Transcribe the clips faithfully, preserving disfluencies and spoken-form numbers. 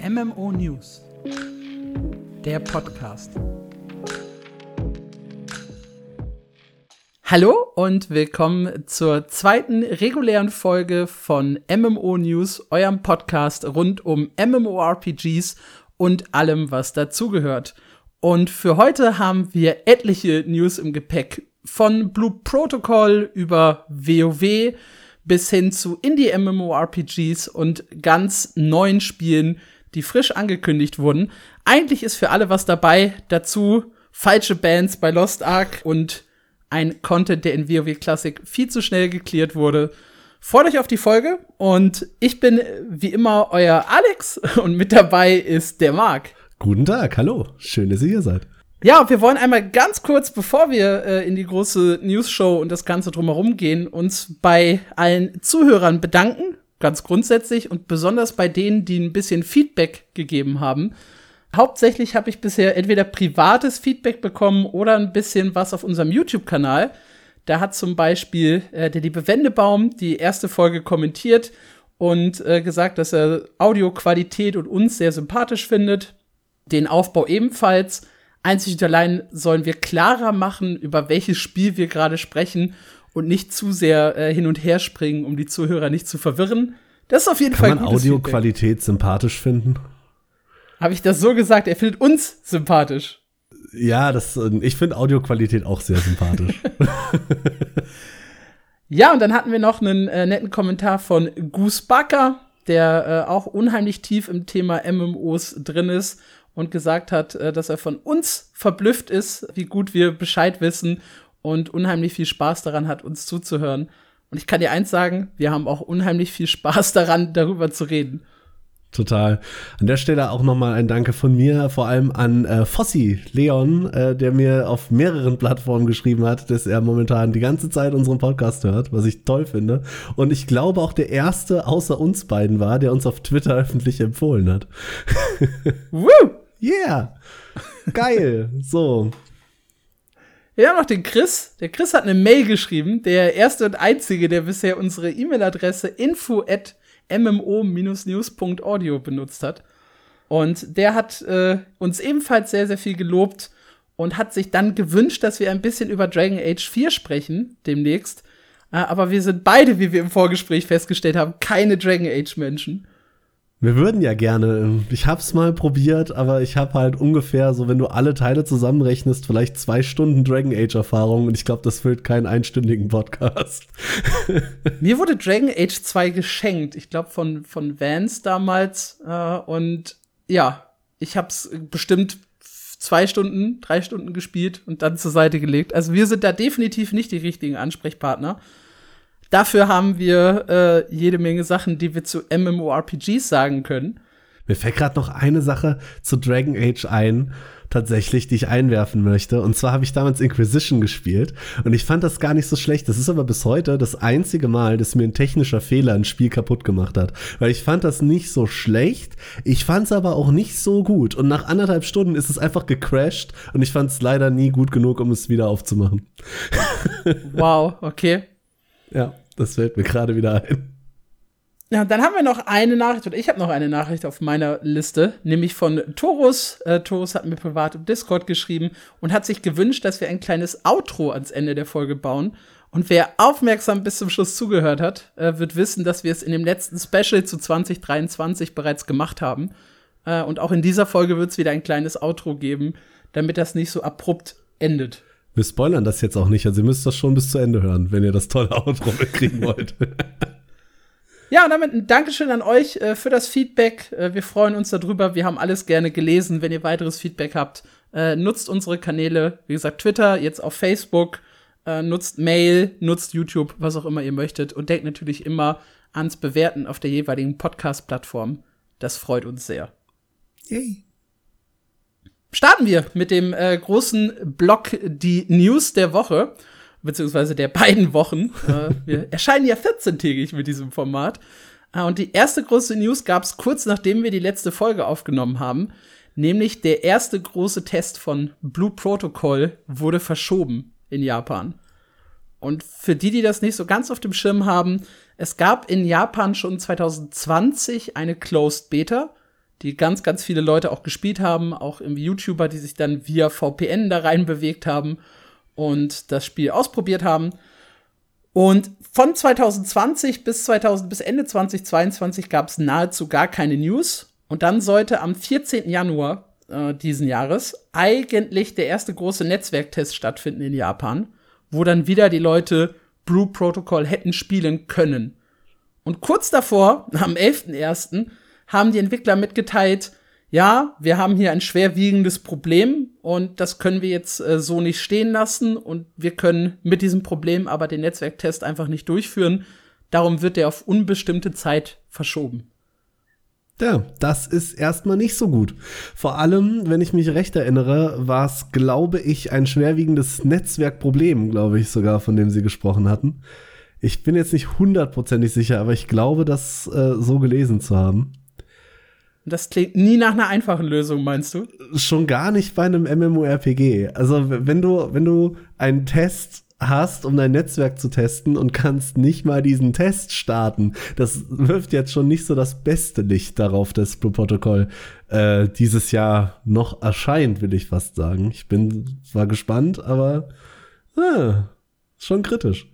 M M O News, der Podcast. Hallo und willkommen zur zweiten regulären Folge von M M O News, eurem Podcast rund um MMORPGs und allem, was dazugehört. Und für heute haben wir etliche News im Gepäck, von Blue Protocol über WoW bis hin zu Indie-MMORPGs und ganz neuen Spielen, die frisch angekündigt wurden. Eigentlich ist für alle was dabei, dazu falsche Bans bei Lost Ark und ein Content, der in WoW Classic viel zu schnell geklärt wurde. Freut euch auf die Folge und ich bin wie immer euer Alex und mit dabei ist der Marc. Guten Tag, hallo, schön, dass ihr hier seid. Ja, wir wollen einmal ganz kurz, bevor wir äh, in die große News-Show und das Ganze drumherum gehen, uns bei allen Zuhörern bedanken, ganz grundsätzlich und besonders bei denen, die ein bisschen Feedback gegeben haben. Hauptsächlich habe ich bisher entweder privates Feedback bekommen oder ein bisschen was auf unserem YouTube-Kanal. Da hat zum Beispiel äh, der liebe Wendebaum die erste Folge kommentiert und äh, gesagt, dass er Audioqualität und uns sehr sympathisch findet. Den Aufbau ebenfalls. Einzig und allein sollen wir klarer machen, über welches Spiel wir gerade sprechen und nicht zu sehr äh, hin und her springen, um die Zuhörer nicht zu verwirren. Das ist auf jeden Fall gutes Feedback. Kann man Audioqualität sympathisch finden? Habe ich das so gesagt? Er findet uns sympathisch. Ja, das, ich finde Audioqualität auch sehr sympathisch. Ja, und dann hatten wir noch einen äh, netten Kommentar von Goose Barker, der äh, auch unheimlich tief im Thema M M Os drin ist und gesagt hat, äh, dass er von uns verblüfft ist, wie gut wir Bescheid wissen und unheimlich viel Spaß daran hat, uns zuzuhören. Und ich kann dir eins sagen, wir haben auch unheimlich viel Spaß daran, darüber zu reden. Total. An der Stelle auch nochmal ein Danke von mir, vor allem an äh, Fossi Leon, äh, der mir auf mehreren Plattformen geschrieben hat, dass er momentan die ganze Zeit unseren Podcast hört, was ich toll finde. Und ich glaube auch der erste außer uns beiden war, der uns auf Twitter öffentlich empfohlen hat. Woo! Yeah! Geil! So. Wir haben noch den Chris. Der Chris hat eine Mail geschrieben, der erste und einzige, der bisher unsere E-Mail-Adresse info at m m o dash news punkt audio benutzt hat. Und der hat äh, uns ebenfalls sehr, sehr viel gelobt und hat sich dann gewünscht, dass wir ein bisschen über Dragon Age vier sprechen, demnächst. Äh, aber wir sind beide, wie wir im Vorgespräch festgestellt haben, keine Dragon Age-Menschen. Wir würden ja gerne. Ich hab's mal probiert, aber ich hab halt ungefähr, so wenn du alle Teile zusammenrechnest, vielleicht zwei Stunden Dragon Age-Erfahrung und ich glaube, das füllt keinen einstündigen Podcast. Mir wurde Dragon Age zwei geschenkt, ich glaube von, von Vance damals. Äh, und ja, ich hab's bestimmt zwei Stunden, drei Stunden gespielt und dann zur Seite gelegt. Also wir sind da definitiv nicht die richtigen Ansprechpartner. Dafür haben wir äh, jede Menge Sachen, die wir zu MMORPGs sagen können. Mir fällt gerade noch eine Sache zu Dragon Age ein, tatsächlich, die ich einwerfen möchte. Und zwar habe ich damals Inquisition gespielt und ich fand das gar nicht so schlecht. Das ist aber bis heute das einzige Mal, dass mir ein technischer Fehler ein Spiel kaputt gemacht hat. Weil ich fand das nicht so schlecht, ich fand es aber auch nicht so gut. Und nach anderthalb Stunden ist es einfach gecrashed und ich fand es leider nie gut genug, um es wieder aufzumachen. Wow, okay. Ja, das fällt mir gerade wieder ein. Ja, dann haben wir noch eine Nachricht, oder ich habe noch eine Nachricht auf meiner Liste, nämlich von Torus. Äh, Torus hat mir privat im Discord geschrieben und hat sich gewünscht, dass wir ein kleines Outro ans Ende der Folge bauen. Und wer aufmerksam bis zum Schluss zugehört hat, äh, wird wissen, dass wir es in dem letzten Special zu zwanzig dreiundzwanzig bereits gemacht haben. Äh, und auch in dieser Folge wird es wieder ein kleines Outro geben, damit das nicht so abrupt endet. Wir spoilern das jetzt auch nicht, also ihr müsst das schon bis zu Ende hören, wenn ihr das tolle Outro kriegen wollt. Ja, und damit ein Dankeschön an euch äh, für das Feedback. Äh, wir freuen uns darüber. Wir haben alles gerne gelesen. Wenn ihr weiteres Feedback habt, äh, nutzt unsere Kanäle. Wie gesagt, Twitter, jetzt auf Facebook. Äh, nutzt Mail, nutzt YouTube, was auch immer ihr möchtet. Und denkt natürlich immer ans Bewerten auf der jeweiligen Podcast-Plattform. Das freut uns sehr. Yay. Starten wir mit dem äh, großen Block, die News der Woche, beziehungsweise der beiden Wochen. äh, wir erscheinen ja vierzehntägig mit diesem Format. Äh, und die erste große News gab es kurz nachdem wir die letzte Folge aufgenommen haben, nämlich der erste große Test von Blue Protocol wurde verschoben in Japan. Und für die, die das nicht so ganz auf dem Schirm haben, es gab in Japan schon zwanzig zwanzig eine Closed Beta. die ganz, ganz viele Leute auch gespielt haben, auch irgendwie YouTuber, die sich dann via V P N da rein bewegt haben und das Spiel ausprobiert haben. Und von zwanzig zwanzig bis, zweitausend, bis Ende zwanzig zweiundzwanzig gab es nahezu gar keine News. Und dann sollte am vierzehnten Januar äh, diesen Jahres eigentlich der erste große Netzwerktest stattfinden in Japan, wo dann wieder die Leute Blue Protocol hätten spielen können. Und kurz davor, am elften ersten, haben die Entwickler mitgeteilt, ja, wir haben hier ein schwerwiegendes Problem und das können wir jetzt äh, so nicht stehen lassen und wir können mit diesem Problem aber den Netzwerktest einfach nicht durchführen. Darum wird der auf unbestimmte Zeit verschoben. Ja, das ist erstmal nicht so gut. Vor allem, wenn ich mich recht erinnere, war es, glaube ich, ein schwerwiegendes Netzwerkproblem, glaube ich sogar, von dem sie gesprochen hatten. Ich bin jetzt nicht hundertprozentig sicher, aber ich glaube, das äh, so gelesen zu haben. Das klingt nie nach einer einfachen Lösung, meinst du? Schon gar nicht bei einem MMORPG. Also wenn du, wenn du einen Test hast, um dein Netzwerk zu testen und kannst nicht mal diesen Test starten, das wirft jetzt schon nicht so das beste Licht darauf, dass Blue Protocol äh, dieses Jahr noch erscheint, will ich fast sagen. Ich bin zwar gespannt, aber äh, schon kritisch.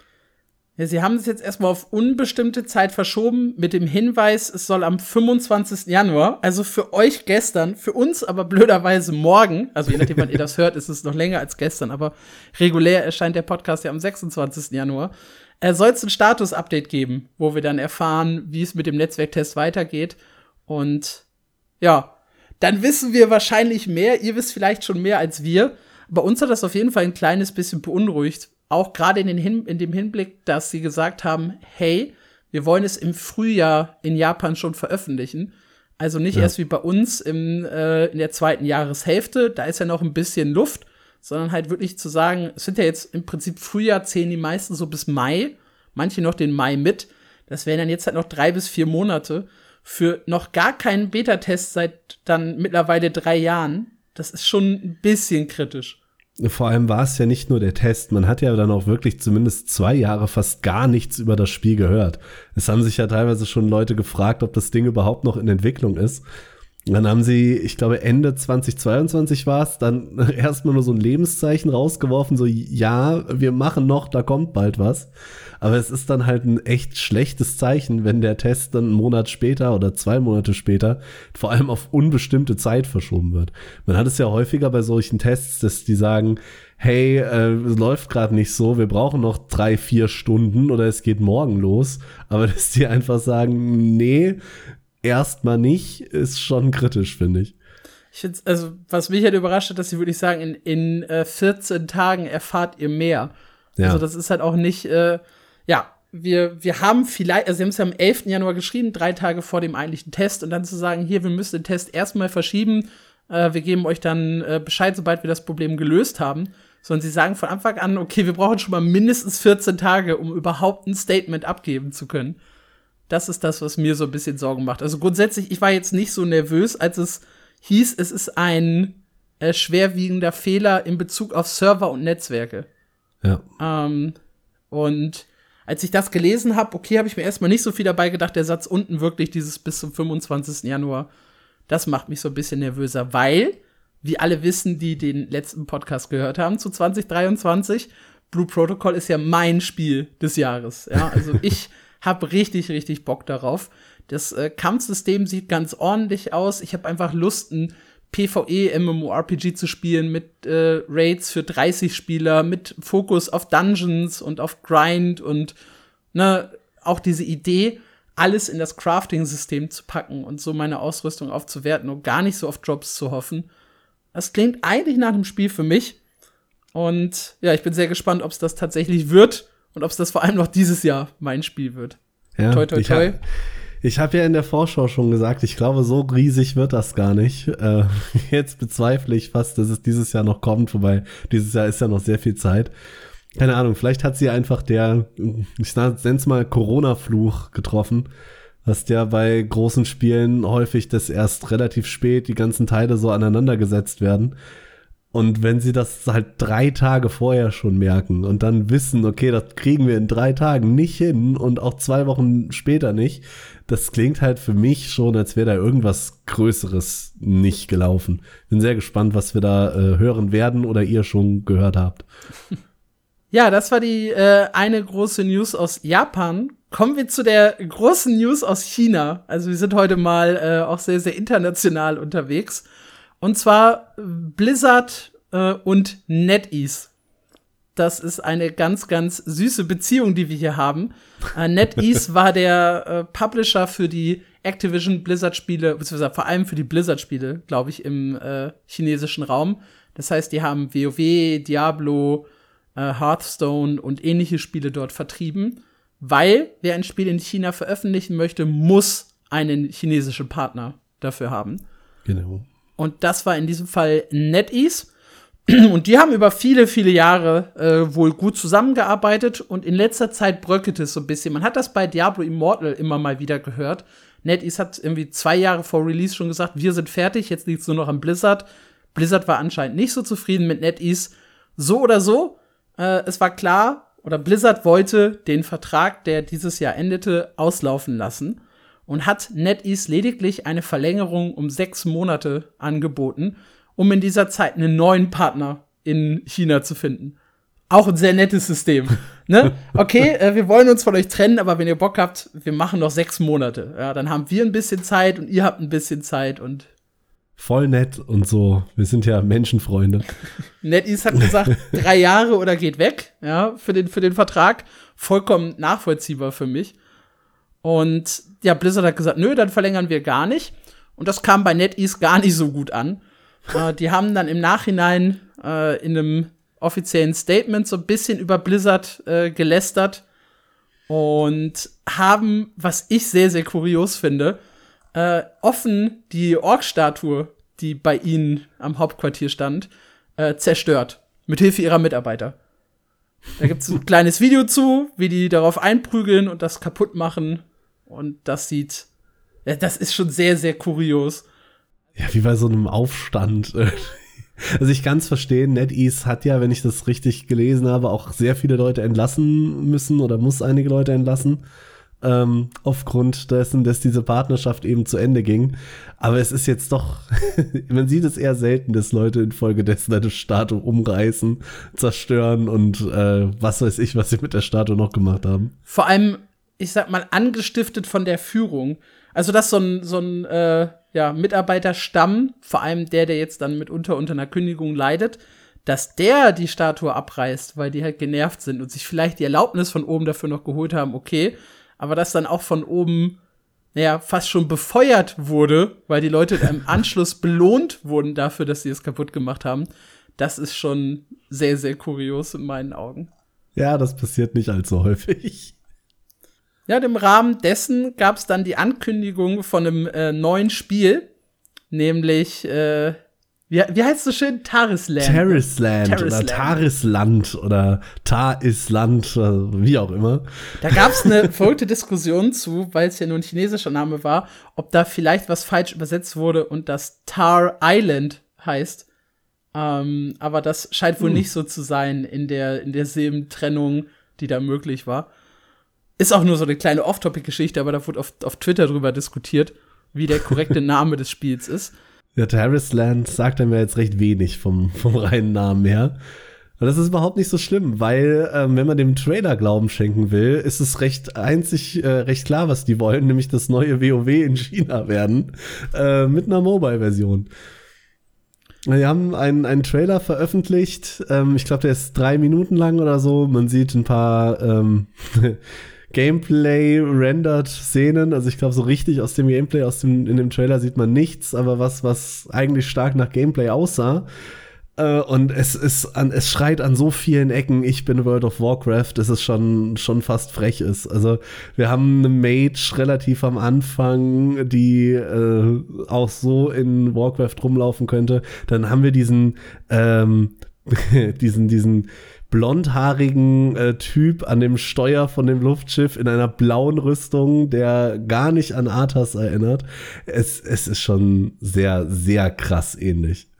Ja, sie haben es jetzt erstmal auf unbestimmte Zeit verschoben mit dem Hinweis, es soll am fünfundzwanzigsten Januar, also für euch gestern, für uns aber blöderweise morgen, also je nachdem, wann ihr das hört, ist es noch länger als gestern, aber regulär erscheint der Podcast ja am sechsundzwanzigsten Januar, äh, soll es ein Status-Update geben, wo wir dann erfahren, wie es mit dem Netzwerktest weitergeht und ja, dann wissen wir wahrscheinlich mehr, ihr wisst vielleicht schon mehr als wir, bei uns hat das auf jeden Fall ein kleines bisschen beunruhigt. Auch gerade in, den Hin- in dem Hinblick, dass sie gesagt haben, hey, wir wollen es im Frühjahr in Japan schon veröffentlichen. Also nicht ja. erst wie bei uns im, äh, in der zweiten Jahreshälfte, da ist ja noch ein bisschen Luft, sondern halt wirklich zu sagen, es sind ja jetzt im Prinzip Frühjahr, zählen die meisten so bis Mai, manche noch den Mai mit. Das wären dann jetzt halt noch drei bis vier Monate für noch gar keinen Beta-Test seit dann mittlerweile drei Jahren. Das ist schon ein bisschen kritisch. Vor allem war es ja nicht nur der Test, man hat ja dann auch wirklich zumindest zwei Jahre fast gar nichts über das Spiel gehört. Es haben sich ja teilweise schon Leute gefragt, ob das Ding überhaupt noch in Entwicklung ist. Und dann haben sie, ich glaube Ende zwanzig zweiundzwanzig war es, dann erstmal nur so ein Lebenszeichen rausgeworfen, so ja, wir machen noch, da kommt bald was. Aber es ist dann halt ein echt schlechtes Zeichen, wenn der Test dann einen Monat später oder zwei Monate später vor allem auf unbestimmte Zeit verschoben wird. Man hat es ja häufiger bei solchen Tests, dass die sagen, hey, äh, es läuft gerade nicht so, wir brauchen noch drei, vier Stunden oder es geht morgen los. Aber dass die einfach sagen, nee, erstmal nicht, ist schon kritisch, finde ich. Ich finde, also, was mich halt überrascht hat, dass sie wirklich sagen, in, in äh, vierzehn Tagen erfahrt ihr mehr. Ja. Also, das ist halt auch nicht, äh, ja, wir, wir haben vielleicht, also, sie haben es ja am elften Januar geschrieben, drei Tage vor dem eigentlichen Test, und dann zu sagen, hier, wir müssen den Test erstmal verschieben, äh, wir geben euch dann äh, Bescheid, sobald wir das Problem gelöst haben. Sondern sie sagen von Anfang an, okay, wir brauchen schon mal mindestens vierzehn Tage, um überhaupt ein Statement abgeben zu können. Das ist das, was mir so ein bisschen Sorgen macht. Also grundsätzlich, ich war jetzt nicht so nervös, als es hieß, es ist ein äh, schwerwiegender Fehler in Bezug auf Server und Netzwerke. Ja. Ähm, und als ich das gelesen habe, okay, habe ich mir erstmal nicht so viel dabei gedacht, der Satz unten wirklich, dieses bis zum fünfundzwanzigsten Januar, das macht mich so ein bisschen nervöser, weil, wie alle wissen, die den letzten Podcast gehört haben, zu zwanzig dreiundzwanzig, Blue Protocol ist ja mein Spiel des Jahres. Ja, also ich hab richtig, richtig Bock darauf. Das äh, Kampfsystem sieht ganz ordentlich aus. Ich habe einfach Lust, ein PvE-MMORPG zu spielen mit äh, Raids für dreißig Spieler, mit Fokus auf Dungeons und auf Grind und ne, auch diese Idee, alles in das Crafting-System zu packen und so meine Ausrüstung aufzuwerten und gar nicht so auf Drops zu hoffen. Das klingt eigentlich nach einem Spiel für mich. Und ja, ich bin sehr gespannt, ob es das tatsächlich wird. Und ob es das vor allem noch dieses Jahr mein Spiel wird. Ja, toi, toi, toi. Ich habe hab ja in der Vorschau schon gesagt, ich glaube, so riesig wird das gar nicht. Äh, jetzt bezweifle ich fast, dass es dieses Jahr noch kommt. Wobei, dieses Jahr ist ja noch sehr viel Zeit. Keine Ahnung, vielleicht hat sie einfach der, ich nenne es mal Corona-Fluch getroffen. Dass der bei großen Spielen häufig das erst relativ spät die ganzen Teile so aneinander gesetzt werden. Und wenn sie das halt drei Tage vorher schon merken und dann wissen, okay, das kriegen wir in drei Tagen nicht hin und auch zwei Wochen später nicht, das klingt halt für mich schon, als wäre da irgendwas Größeres nicht gelaufen. Bin sehr gespannt, was wir da äh, hören werden oder ihr schon gehört habt. Ja, das war die äh, eine große News aus Japan. Kommen wir zu der großen News aus China. Also wir sind heute mal äh, auch sehr, sehr international unterwegs. Und zwar Blizzard äh, und NetEase. Das ist eine ganz, ganz süße Beziehung, die wir hier haben. Äh, NetEase war der äh, Publisher für die Activision Blizzard-Spiele, beziehungsweise vor allem für die Blizzard-Spiele, glaube ich, im äh, chinesischen Raum. Das heißt, die haben WoW, Diablo, äh, Hearthstone und ähnliche Spiele dort vertrieben. Weil, wer ein Spiel in China veröffentlichen möchte, muss einen chinesischen Partner dafür haben. Genau. Und das war in diesem Fall NetEase. Und die haben über viele, viele Jahre äh, wohl gut zusammengearbeitet. Und in letzter Zeit bröckelte es so ein bisschen. Man hat das bei Diablo Immortal immer mal wieder gehört. NetEase hat irgendwie zwei Jahre vor Release schon gesagt, wir sind fertig, jetzt liegt es nur noch an Blizzard. Blizzard war anscheinend nicht so zufrieden mit NetEase. So oder so, äh, es war klar, oder Blizzard wollte den Vertrag, der dieses Jahr endete, auslaufen lassen. Und hat NetEase lediglich eine Verlängerung um sechs Monate angeboten, um in dieser Zeit einen neuen Partner in China zu finden. Auch ein sehr nettes System. Ne? Okay, äh, wir wollen uns von euch trennen, aber wenn ihr Bock habt, wir machen noch sechs Monate. Ja, dann haben wir ein bisschen Zeit und ihr habt ein bisschen Zeit und voll nett und so. Wir sind ja Menschenfreunde. NetEase hat gesagt, drei Jahre oder geht weg, ja, für den, für den Vertrag. Vollkommen nachvollziehbar für mich. Und ja, Blizzard hat gesagt, nö, dann verlängern wir gar nicht. Und das kam bei NetEase gar nicht so gut an. äh, die haben dann im Nachhinein äh, in einem offiziellen Statement so ein bisschen über Blizzard äh, gelästert und haben, was ich sehr, sehr kurios finde, äh, offen die Org-Statue, die bei ihnen am Hauptquartier stand, äh, zerstört. Mithilfe ihrer Mitarbeiter. Da gibt's ein kleines Video zu, wie die darauf einprügeln und das kaputt machen. Und das sieht, ja, das ist schon sehr, sehr kurios. Ja, wie bei so einem Aufstand. Also ich kann es verstehen, NetEase hat ja, wenn ich das richtig gelesen habe, auch sehr viele Leute entlassen müssen oder muss einige Leute entlassen. Ähm, aufgrund dessen, dass diese Partnerschaft eben zu Ende ging. Aber es ist jetzt doch, man sieht es eher selten, dass Leute infolgedessen eine Statue umreißen, zerstören und äh, was weiß ich, was sie mit der Statue noch gemacht haben. Vor allem, ich sag mal, angestiftet von der Führung. Also, dass so ein, so ein äh, ja, Mitarbeiterstamm, vor allem der, der jetzt dann mitunter unter einer Kündigung leidet, dass der die Statue abreißt, weil die halt genervt sind und sich vielleicht die Erlaubnis von oben dafür noch geholt haben, okay, aber dass dann auch von oben, naja, fast schon befeuert wurde, weil die Leute im Anschluss belohnt wurden dafür, dass sie es kaputt gemacht haben, das ist schon sehr, sehr kurios in meinen Augen. Ja, das passiert nicht allzu häufig. Ja, und im Rahmen dessen gab es dann die Ankündigung von einem äh, neuen Spiel, nämlich, äh, wie, wie heißt es so schön? Tarisland. Tarisland, Tarisland oder Tarisland oder Tarisland, wie auch immer. Da gab es eine verrückte Diskussion zu, weil es ja nur ein chinesischer Name war, ob da vielleicht was falsch übersetzt wurde und das Tar Island heißt. Ähm, aber das scheint wohl hm. nicht so zu sein in der, in der Silbentrennung, die da möglich war. Ist auch nur so eine kleine Off-Topic-Geschichte, aber da wurde auf, auf Twitter drüber diskutiert, wie der korrekte Name des Spiels ist. Ja, Tarisland sagt einem ja jetzt recht wenig vom, vom reinen Namen her. Und das ist überhaupt nicht so schlimm, weil, ähm, wenn man dem Trailer Glauben schenken will, ist es recht einzig, äh, recht klar, was die wollen, nämlich das neue WoW in China werden, äh, mit einer Mobile-Version. Wir haben einen, einen Trailer veröffentlicht, ähm, ich glaube, der ist drei Minuten lang oder so. Man sieht ein paar ähm, Gameplay-rendered-Szenen, also ich glaube, so richtig aus dem Gameplay, aus dem, in dem Trailer sieht man nichts, aber was, was eigentlich stark nach Gameplay aussah. Äh, und es ist an, es schreit an so vielen Ecken, ich bin World of Warcraft, dass es schon, schon fast frech ist. Also wir haben eine Mage relativ am Anfang, die äh, auch so in Warcraft rumlaufen könnte. Dann haben wir diesen, ähm, diesen, diesen blondhaarigen äh, Typ an dem Steuer von dem Luftschiff in einer blauen Rüstung, der gar nicht an Arthas erinnert. Es, es ist schon sehr, sehr krass ähnlich.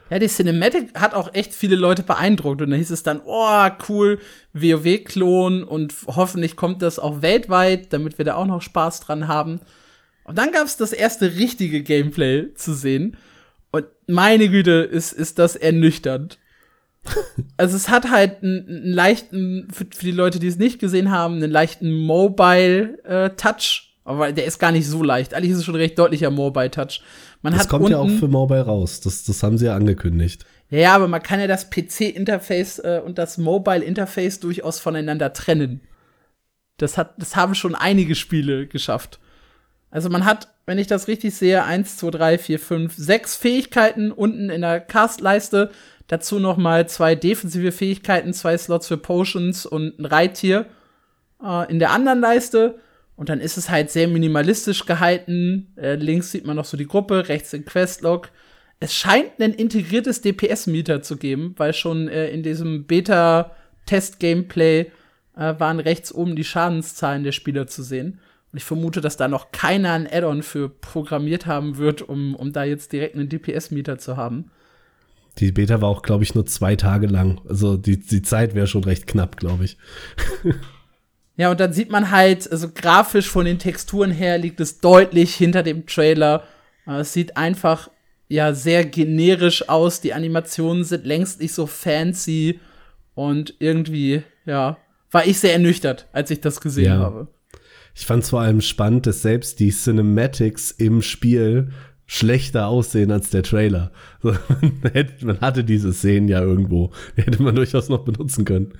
Ja, die Cinematic hat auch echt viele Leute beeindruckt. Und da hieß es dann, oh, cool, WoW-Klon und hoffentlich kommt das auch weltweit, damit wir da auch noch Spaß dran haben. Und dann gab's das erste richtige Gameplay zu sehen. Und meine Güte, ist, ist das ernüchternd. Also es hat halt einen, einen leichten, für, für die Leute, die es nicht gesehen haben, einen leichten Mobile-Touch. Äh, aber der ist gar nicht so leicht. Eigentlich ist es schon recht deutlicher Mobile-Touch. Man das hat kommt unten, ja auch für Mobile raus. Das, das haben sie ja angekündigt. Ja, aber man kann ja das P C-Interface äh, und das Mobile-Interface durchaus voneinander trennen. Das hat, das haben schon einige Spiele geschafft. Also man hat, wenn ich das richtig sehe, eins, zwei, drei, vier, fünf, sechs Fähigkeiten unten in der Cast-Leiste. Dazu noch mal zwei defensive Fähigkeiten, zwei Slots für Potions und ein Reittier äh, in der anderen Leiste. Und dann ist es halt sehr minimalistisch gehalten. Äh, links sieht man noch so die Gruppe, rechts den Questlog. Es scheint ein integriertes D P S-Meter zu geben, weil schon äh, in diesem Beta-Test-Gameplay äh, waren rechts oben die Schadenszahlen der Spieler zu sehen. Und ich vermute, dass da noch keiner ein Add-on für programmiert haben wird, um, um da jetzt direkt einen D P S-Meter zu haben. Die Beta war auch, glaube ich, nur zwei Tage lang. Also die, die Zeit wäre schon recht knapp, glaube ich. Ja, und dann sieht man halt, also grafisch von den Texturen her liegt es deutlich hinter dem Trailer. Es sieht einfach, ja, sehr generisch aus. Die Animationen sind längst nicht so fancy. Und irgendwie, ja, war ich sehr ernüchtert, als ich das gesehen ja. habe. Ich fand es vor allem spannend, dass selbst die Cinematics im Spiel schlechter aussehen als der Trailer. So, man hatte diese Szenen ja irgendwo. Die hätte man durchaus noch benutzen können.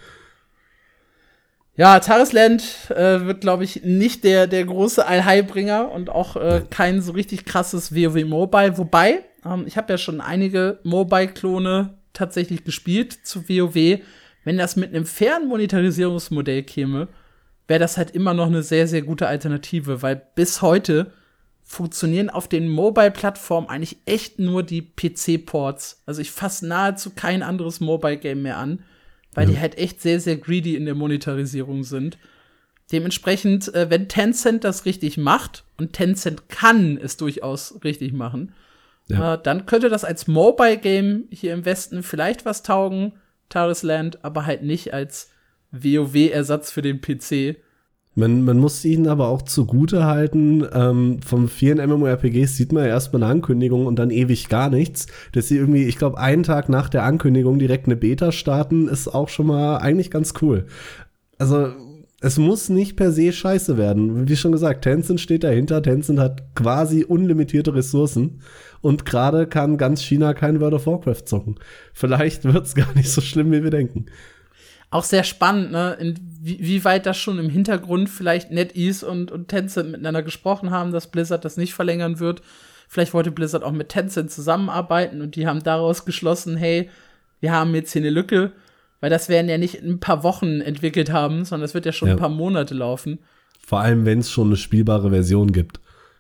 Ja, Tarisland äh, wird, glaube ich, nicht der, der große Allheilbringer und auch äh, kein so richtig krasses WoW Mobile. Wobei, ähm, ich habe ja schon einige Mobile-Klone tatsächlich gespielt zu WoW. Wenn das mit einem fairen Monetarisierungsmodell käme, wäre das halt immer noch eine sehr, sehr gute Alternative, weil bis heute funktionieren auf den Mobile-Plattformen eigentlich echt nur die P C-Ports. Also ich fasse nahezu kein anderes Mobile-Game mehr an, weil ja. die halt echt sehr, sehr greedy in der Monetarisierung sind. Dementsprechend, äh, wenn Tencent das richtig macht, und Tencent kann es durchaus richtig machen, ja. äh, dann könnte das als Mobile-Game hier im Westen vielleicht was taugen, Tarisland, aber halt nicht als WoW-Ersatz für den P C. Man, man muss ihnen aber auch zugute halten, ähm, von vielen MMORPGs sieht man ja erstmal eine Ankündigung und dann ewig gar nichts. Dass sie irgendwie, ich glaube, einen Tag nach der Ankündigung direkt eine Beta starten, ist auch schon mal eigentlich ganz cool. Also, es muss nicht per se scheiße werden. Wie schon gesagt, Tencent steht dahinter. Tencent hat quasi unlimitierte Ressourcen. Und gerade kann ganz China kein World of Warcraft zocken. Vielleicht wird's gar nicht so schlimm, wie wir denken. Auch sehr spannend, ne, inwieweit das schon im Hintergrund vielleicht NetEase und, und Tencent miteinander gesprochen haben, dass Blizzard das nicht verlängern wird. Vielleicht wollte Blizzard auch mit Tencent zusammenarbeiten und die haben daraus geschlossen, hey, wir haben jetzt hier eine Lücke, weil das werden ja nicht in ein paar Wochen entwickelt haben, sondern das wird ja schon ja. ein paar Monate laufen. Vor allem, wenn es schon eine spielbare Version gibt.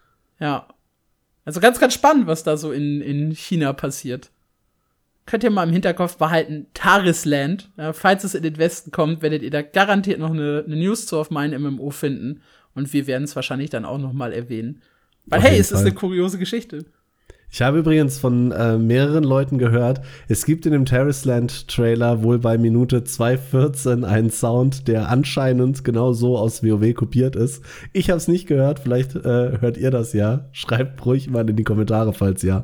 Ja. Also ganz, ganz spannend, was da so in, in China passiert. Könnt ihr mal im Hinterkopf behalten, Tarisland. Ja, falls es in den Westen kommt, werdet ihr da garantiert noch eine, eine News zu auf meinen M M O finden. Und wir werden es wahrscheinlich dann auch noch mal erwähnen. Weil, auf hey, es Fall. ist eine kuriose Geschichte. Ich habe übrigens von äh, mehreren Leuten gehört, es gibt in dem Tarisland-Trailer wohl bei Minute zwei vierzehn einen Sound, der anscheinend genau so aus WoW kopiert ist. Ich habe es nicht gehört, vielleicht äh, hört ihr das ja. Schreibt ruhig mal in die Kommentare, falls ja.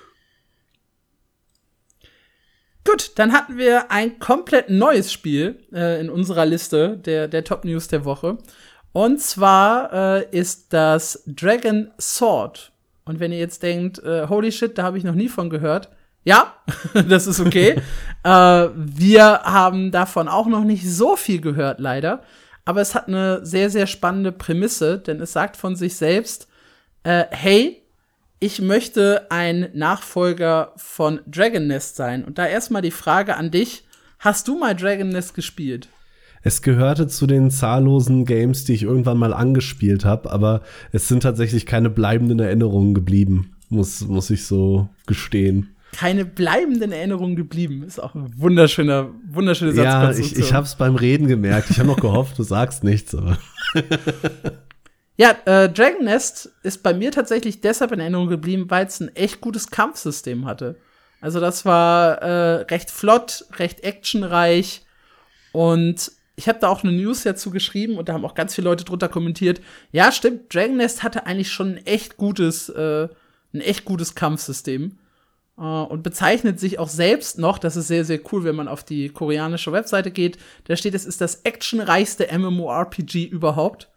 Gut, dann hatten wir ein komplett neues Spiel äh, in unserer Liste der, der Top News der Woche. Und zwar äh, ist das Dragon Sword. Und wenn ihr jetzt denkt, äh, holy shit, da habe ich noch nie von gehört. Ja, das ist okay. äh, wir haben davon auch noch nicht so viel gehört, leider. Aber es hat eine sehr, sehr spannende Prämisse, denn es sagt von sich selbst, äh, hey, ich möchte ein Nachfolger von Dragon Nest sein. Und da erstmal die Frage an dich, hast du mal Dragon Nest gespielt? Es gehörte zu den zahllosen Games, die ich irgendwann mal angespielt habe, aber es sind tatsächlich keine bleibenden Erinnerungen geblieben, muss, muss ich so gestehen. Keine bleibenden Erinnerungen geblieben, ist auch ein wunderschöner, wunderschöne Satzkonstruktion. Ja, ich, ich hab's beim Reden gemerkt. Ich habe noch gehofft, du sagst nichts, aber Ja, äh, Dragon Nest ist bei mir tatsächlich deshalb in Erinnerung geblieben, weil es ein echt gutes Kampfsystem hatte. Also das war äh, recht flott, recht actionreich und ich habe da auch eine News dazu geschrieben und da haben auch ganz viele Leute drunter kommentiert. Ja, stimmt, Dragon Nest hatte eigentlich schon ein echt gutes, äh, ein echt gutes Kampfsystem uh, und bezeichnet sich auch selbst noch, das ist sehr, sehr cool, wenn man auf die koreanische Webseite geht, da steht, es ist das actionreichste MMORPG überhaupt.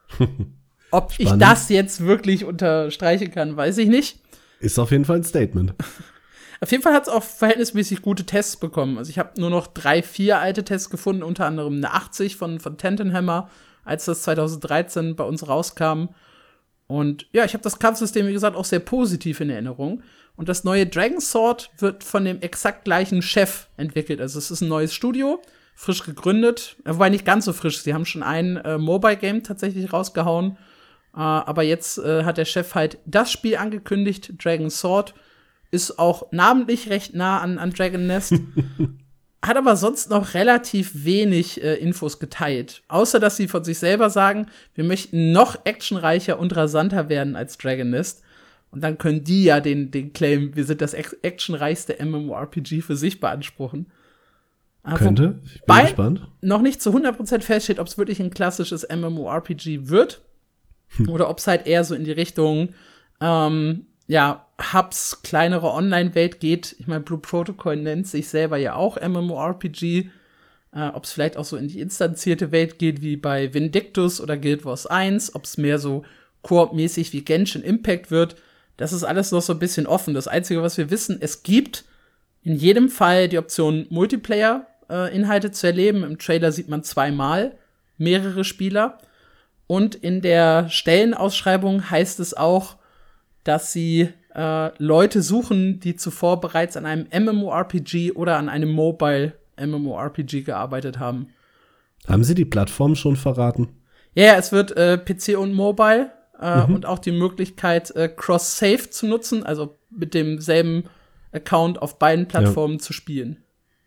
Ob Spannend. Ich das jetzt wirklich unterstreichen kann, weiß ich nicht. Ist auf jeden Fall ein Statement. Auf jeden Fall hat es auch verhältnismäßig gute Tests bekommen. Also ich habe nur noch drei, vier alte Tests gefunden, unter anderem eine achtzig von, von Tentenhammer, als das zwanzig dreizehn bei uns rauskam. Und ja, ich habe das Kampfsystem, wie gesagt, auch sehr positiv in Erinnerung. Und das neue Dragon Sword wird von dem exakt gleichen Chef entwickelt. Also es ist ein neues Studio, frisch gegründet. Wobei nicht ganz so frisch. Sie haben schon ein äh, Mobile-Game tatsächlich rausgehauen. Äh, aber jetzt äh, hat der Chef halt das Spiel angekündigt, Dragon Sword. Ist auch namentlich recht nah an, an Dragon Nest. Hat aber sonst noch relativ wenig äh, Infos geteilt. Außer, dass sie von sich selber sagen, wir möchten noch actionreicher und rasanter werden als Dragon Nest. Und dann können die ja den, den Claim, wir sind das actionreichste MMORPG für sich beanspruchen. Aber Könnte, ich bin gespannt. Noch nicht zu hundert Prozent feststeht, ob es wirklich ein klassisches MMORPG wird. Hm. Oder ob es halt eher so in die Richtung ähm, ja, Hubs, kleinere Online-Welt geht. Ich meine, Blue Protocol nennt sich selber ja auch MMORPG. Äh, ob es vielleicht auch so in die instanzierte Welt geht, wie bei Vindictus oder Guild Wars eins. Ob es mehr so Koop-mäßig wie Genshin Impact wird. Das ist alles noch so ein bisschen offen. Das Einzige, was wir wissen, es gibt in jedem Fall die Option, Multiplayer-Inhalte äh, zu erleben. Im Trailer sieht man zweimal mehrere Spieler. Und in der Stellenausschreibung heißt es auch, dass sie äh, Leute suchen, die zuvor bereits an einem MMORPG oder an einem Mobile-MMORPG gearbeitet haben. Haben sie die Plattform schon verraten? Ja, yeah, es wird äh, P C und Mobile äh, mhm. und auch die Möglichkeit, äh, Cross-Save zu nutzen, also mit demselben Account auf beiden Plattformen ja. zu spielen.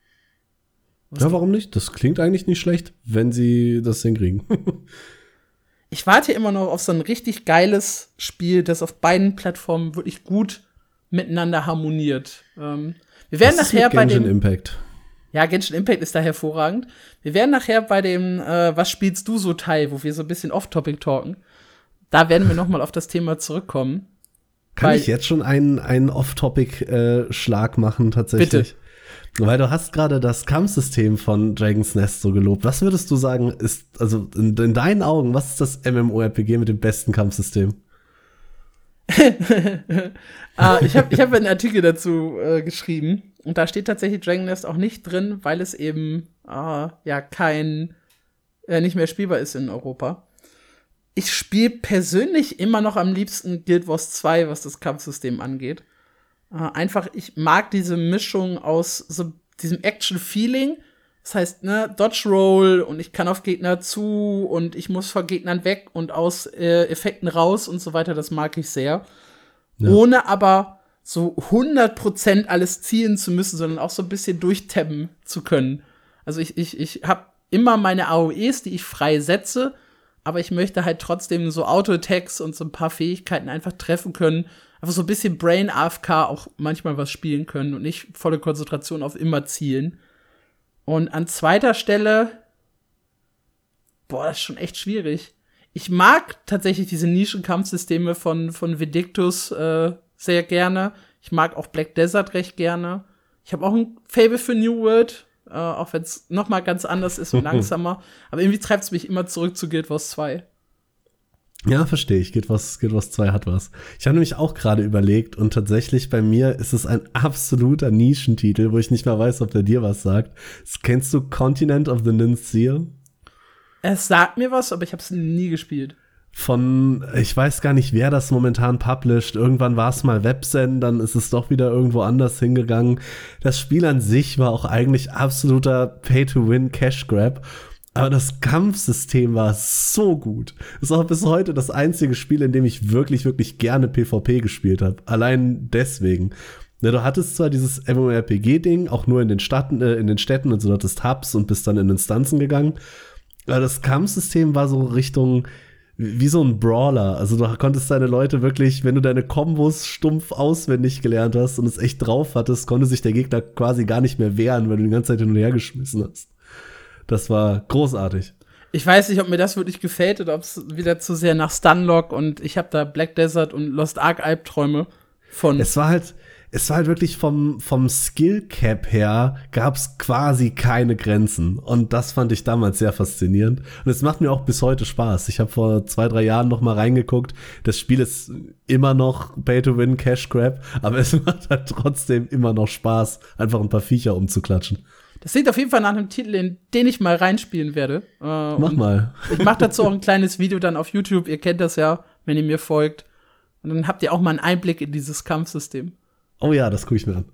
Was ja, warum nicht? Das klingt eigentlich nicht schlecht, wenn sie das hinkriegen. Ich warte immer noch auf so ein richtig geiles Spiel, das auf beiden Plattformen wirklich gut miteinander harmoniert. Ähm, wir werden das nachher ist mit bei Genshin dem Impact. Ja, Genshin Impact ist da hervorragend. Wir werden nachher bei dem äh, Was spielst du so Teil, wo wir so ein bisschen off-topic talken. Da werden wir noch mal auf das Thema zurückkommen. Kann ich jetzt schon einen, einen Off-Topic-Schlag äh, machen, tatsächlich? Bitte. Weil du hast gerade das Kampfsystem von Dragon's Nest so gelobt. Was würdest du sagen, ist, also in, in deinen Augen, was ist das MMORPG mit dem besten Kampfsystem? ah, ich habe ich hab einen Artikel dazu äh, geschrieben und da steht tatsächlich Dragon Nest auch nicht drin, weil es eben äh, ja kein, äh, nicht mehr spielbar ist in Europa. Ich spiele persönlich immer noch am liebsten Guild Wars zwei, was das Kampfsystem angeht. Uh, einfach, ich mag diese Mischung aus so diesem Action-Feeling. Das heißt, ne, Dodge-Roll und ich kann auf Gegner zu und ich muss vor Gegnern weg und aus äh, Effekten raus und so weiter. Das mag ich sehr. Ja. Ohne aber so hundert Prozent alles zielen zu müssen, sondern auch so ein bisschen durchtappen zu können. Also ich, ich, ich habe immer meine A O Es, die ich frei setze, aber ich möchte halt trotzdem so Auto-Attacks und so ein paar Fähigkeiten einfach treffen können. Einfach so ein bisschen Brain-A F K auch manchmal was spielen können und nicht volle Konzentration auf immer zielen. Und an zweiter Stelle, boah, das ist schon echt schwierig. Ich mag tatsächlich diese Nischen-Kampfsysteme von, von Vindictus äh, sehr gerne. Ich mag auch Black Desert recht gerne. Ich habe auch ein Faible für New World, äh, auch wenn es noch mal ganz anders ist und langsamer. Aber irgendwie treibt es mich immer zurück zu Guild Wars zwei. Ja, verstehe ich. Guild Wars, Guild Wars zwei hat was. Ich habe nämlich auch gerade überlegt und tatsächlich bei mir ist es ein absoluter Nischentitel, wo ich nicht mal weiß, ob der dir was sagt. Kennst du Continent of the Ninth Seal? Es sagt mir was, aber ich habe es nie gespielt. Von, ich weiß gar nicht, wer das momentan published. Irgendwann war es mal Webzen, dann ist es doch wieder irgendwo anders hingegangen. Das Spiel an sich war auch eigentlich absoluter Pay-to-Win-Cash-Grab. Aber das Kampfsystem war so gut. Ist auch bis heute das einzige Spiel, in dem ich wirklich, wirklich gerne PvP gespielt habe. Allein deswegen. Ja, du hattest zwar dieses MMORPG-Ding, auch nur in den, Städten, äh, in den Städten und so, hattest Hubs und bist dann in Instanzen gegangen. Aber das Kampfsystem war so Richtung wie so ein Brawler. Also du konntest deine Leute wirklich, wenn du deine Kombos stumpf auswendig gelernt hast und es echt drauf hattest, konnte sich der Gegner quasi gar nicht mehr wehren, weil du die ganze Zeit hin und her geschmissen hast. Das war großartig. Ich weiß nicht, ob mir das wirklich gefällt oder ob es wieder zu sehr nach Stunlock und ich habe da Black Desert und Lost Ark Albträume von. Es war halt, es war halt wirklich vom, vom Skill-Cap her gab's quasi keine Grenzen. Und das fand ich damals sehr faszinierend. Und es macht mir auch bis heute Spaß. Ich habe vor zwei, drei Jahren noch mal reingeguckt. Das Spiel ist immer noch Pay-to-Win, Cash Grab, aber es macht halt trotzdem immer noch Spaß, einfach ein paar Viecher umzuklatschen. Das klingt auf jeden Fall nach einem Titel, in den ich mal reinspielen werde. Äh, mach mal. Ich mach dazu auch ein kleines Video dann auf YouTube. Ihr kennt das ja, wenn ihr mir folgt. Und dann habt ihr auch mal einen Einblick in dieses Kampfsystem. Oh ja, das gucke ich mir an.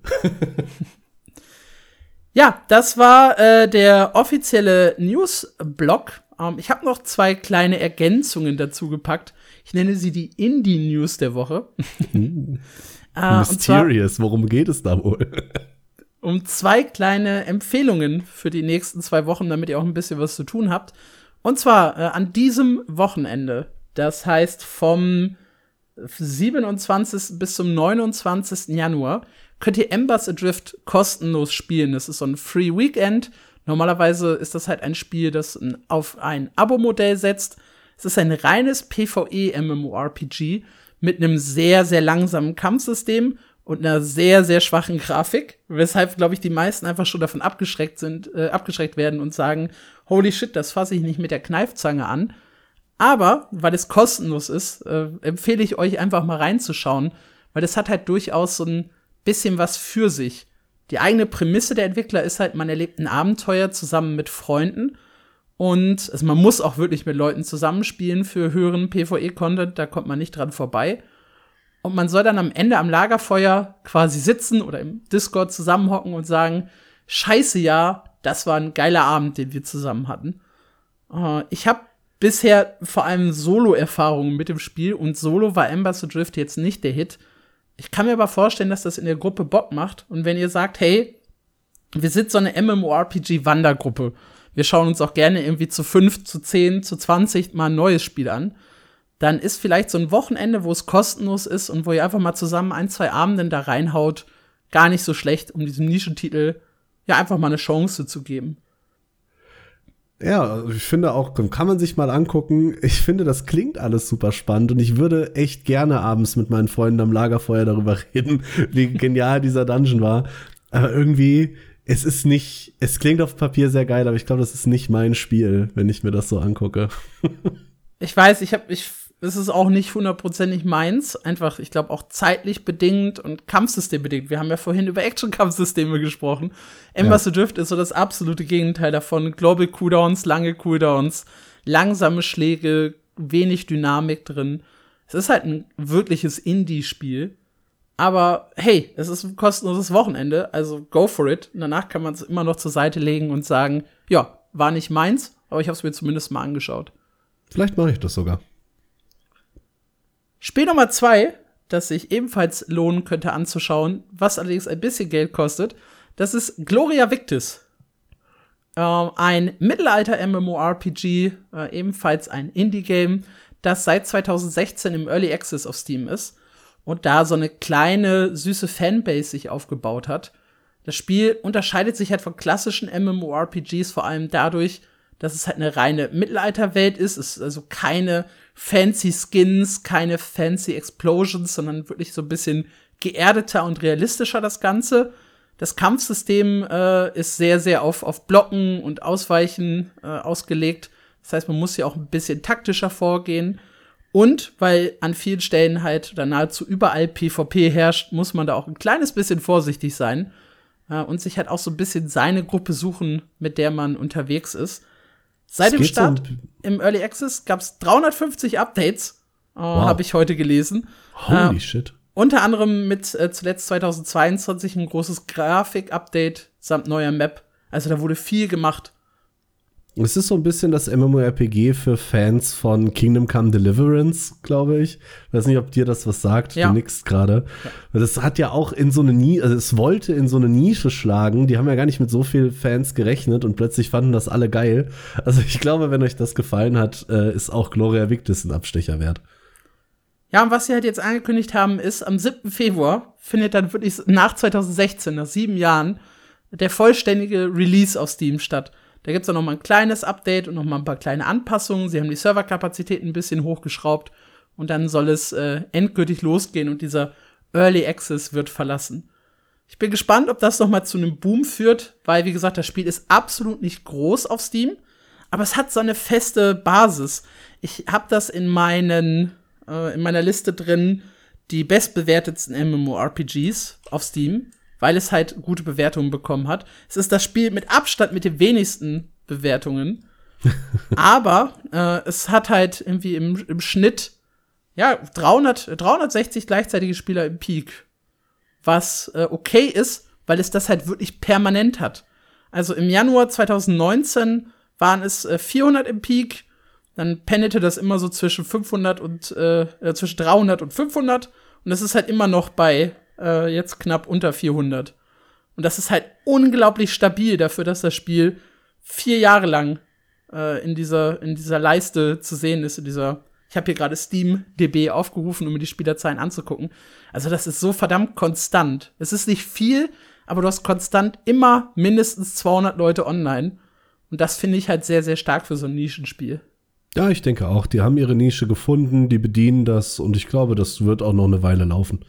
Ja, das war äh, der offizielle News-Blog. Ähm, ich habe noch zwei kleine Ergänzungen dazu gepackt. Ich nenne sie die Indie-News der Woche. Uh, äh, mysterious, worum geht es da wohl? Um zwei kleine Empfehlungen für die nächsten zwei Wochen, damit ihr auch ein bisschen was zu tun habt. Und zwar äh, an diesem Wochenende. Das heißt vom siebenundzwanzigsten bis zum neunundzwanzigsten Januar könnt ihr Embers Adrift kostenlos spielen. Das ist so ein Free Weekend. Normalerweise ist das halt ein Spiel, das auf ein Abo-Modell setzt. Es ist ein reines PvE-MMORPG mit einem sehr, sehr langsamen Kampfsystem und einer sehr, sehr schwachen Grafik, weshalb, glaube ich, die meisten einfach schon davon abgeschreckt sind, äh, abgeschreckt werden und sagen, holy shit, das fasse ich nicht mit der Kneifzange an. Aber, weil es kostenlos ist, äh, empfehle ich euch einfach mal reinzuschauen, weil das hat halt durchaus so ein bisschen was für sich. Die eigene Prämisse der Entwickler ist halt, man erlebt ein Abenteuer zusammen mit Freunden und also man muss auch wirklich mit Leuten zusammenspielen für höheren PvE-Content, da kommt man nicht dran vorbei. Und man soll dann am Ende am Lagerfeuer quasi sitzen oder im Discord zusammenhocken und sagen, scheiße, ja, das war ein geiler Abend, den wir zusammen hatten. Äh, ich habe bisher vor allem Solo-Erfahrungen mit dem Spiel und Solo war Embers Adrift jetzt nicht der Hit. Ich kann mir aber vorstellen, dass das in der Gruppe Bock macht. Und wenn ihr sagt, hey, wir sind so eine MMORPG-Wandergruppe, wir schauen uns auch gerne irgendwie zu fünf, zu zehn, zu zwanzig mal ein neues Spiel an, dann ist vielleicht so ein Wochenende, wo es kostenlos ist und wo ihr einfach mal zusammen ein, zwei Abenden da reinhaut, gar nicht so schlecht, um diesem Nischentitel ja einfach mal eine Chance zu geben. Ja, ich finde auch, kann man sich mal angucken. Ich finde, das klingt alles super spannend und ich würde echt gerne abends mit meinen Freunden am Lagerfeuer darüber reden, wie genial dieser Dungeon war. Aber irgendwie, es ist nicht, es klingt auf Papier sehr geil, aber ich glaube, das ist nicht mein Spiel, wenn ich mir das so angucke. Ich weiß, ich habe, ich, es ist auch nicht hundertprozentig meins. Einfach, ich glaube, auch zeitlich bedingt und Kampfsystembedingt. Wir haben ja vorhin über Action-Kampfsysteme gesprochen. Embers Adrift ist so das absolute Gegenteil davon. Global Cooldowns, lange Cooldowns, langsame Schläge, wenig Dynamik drin. Es ist halt ein wirkliches Indie-Spiel. Aber hey, es ist ein kostenloses Wochenende, also go for it. Und danach kann man es immer noch zur Seite legen und sagen, ja, war nicht meins, aber ich habe es mir zumindest mal angeschaut. Vielleicht mache ich das sogar. Spiel Nummer zwei, das sich ebenfalls lohnen könnte anzuschauen, was allerdings ein bisschen Geld kostet, das ist Gloria Victis. Ähm, ein Mittelalter-MMORPG, äh, ebenfalls ein Indie-Game, das seit zwanzig sechzehn im Early Access auf Steam ist und da so eine kleine, süße Fanbase sich aufgebaut hat. Das Spiel unterscheidet sich halt von klassischen MMORPGs vor allem dadurch, dass es halt eine reine Mittelalterwelt ist. Es ist also keine fancy Skins, keine fancy Explosions, sondern wirklich so ein bisschen geerdeter und realistischer das Ganze. Das Kampfsystem äh, ist sehr, sehr auf, auf Blocken und Ausweichen äh, ausgelegt. Das heißt, man muss ja auch ein bisschen taktischer vorgehen. Und weil an vielen Stellen halt oder nahezu überall PvP herrscht, muss man da auch ein kleines bisschen vorsichtig sein äh, und sich halt auch so ein bisschen seine Gruppe suchen, mit der man unterwegs ist. Seit dem Start so im Early Access gab es dreihundertfünfzig Updates, äh, wow. habe ich heute gelesen. Holy äh, shit. Unter anderem mit äh, zuletzt zweitausendzweiundzwanzig ein großes Grafik-Update samt neuer Map. Also da wurde viel gemacht. Es ist so ein bisschen das MMORPG für Fans von Kingdom Come Deliverance, glaube ich. Weiß nicht, ob dir das was sagt. Ja. Du nickst gerade. Ja. Das hat ja auch in so eine Nische, also es wollte in so eine Nische schlagen. Die haben ja gar nicht mit so viel Fans gerechnet und plötzlich fanden das alle geil. Also ich glaube, wenn euch das gefallen hat, ist auch Gloria Victis ein Abstecher wert. Ja, und was sie halt jetzt angekündigt haben, ist, am siebten Februar findet dann wirklich nach zwanzig sechzehn, nach sieben Jahren, der vollständige Release auf Steam statt. Da gibt's dann noch mal ein kleines Update und noch mal ein paar kleine Anpassungen. Sie haben die Serverkapazitäten ein bisschen hochgeschraubt und dann soll es äh, endgültig losgehen und dieser Early Access wird verlassen. Ich bin gespannt, ob das noch mal zu einem Boom führt, weil, wie gesagt, das Spiel ist absolut nicht groß auf Steam, aber es hat so eine feste Basis. Ich habe das in meinen äh, in meiner Liste drin, die bestbewertetsten MMORPGs auf Steam, weil es halt gute Bewertungen bekommen hat. Es ist das Spiel mit Abstand mit den wenigsten Bewertungen. Aber äh, es hat halt irgendwie im, im Schnitt ja dreihundert, dreihundertsechzig gleichzeitige Spieler im Peak. Was äh, okay ist, weil es das halt wirklich permanent hat. Also im Januar zwanzig neunzehn waren es äh, vierhundert im Peak. Dann pendelte das immer so zwischen fünfhundert und äh, äh, zwischen dreihundert und fünfhundert. Und das ist halt immer noch bei Äh, jetzt knapp unter vierhundert. Und das ist halt unglaublich stabil dafür, dass das Spiel vier Jahre lang äh, in dieser in dieser Leiste zu sehen ist. In dieser, ich habe hier gerade Steam D B aufgerufen, um mir die Spielerzahlen anzugucken. Also das ist so verdammt konstant. Es ist nicht viel, aber du hast konstant immer mindestens zweihundert Leute online. Und das finde ich halt sehr, sehr stark für so ein Nischenspiel. Ja, ich denke auch. Die haben ihre Nische gefunden, die bedienen das und ich glaube, das wird auch noch eine Weile laufen.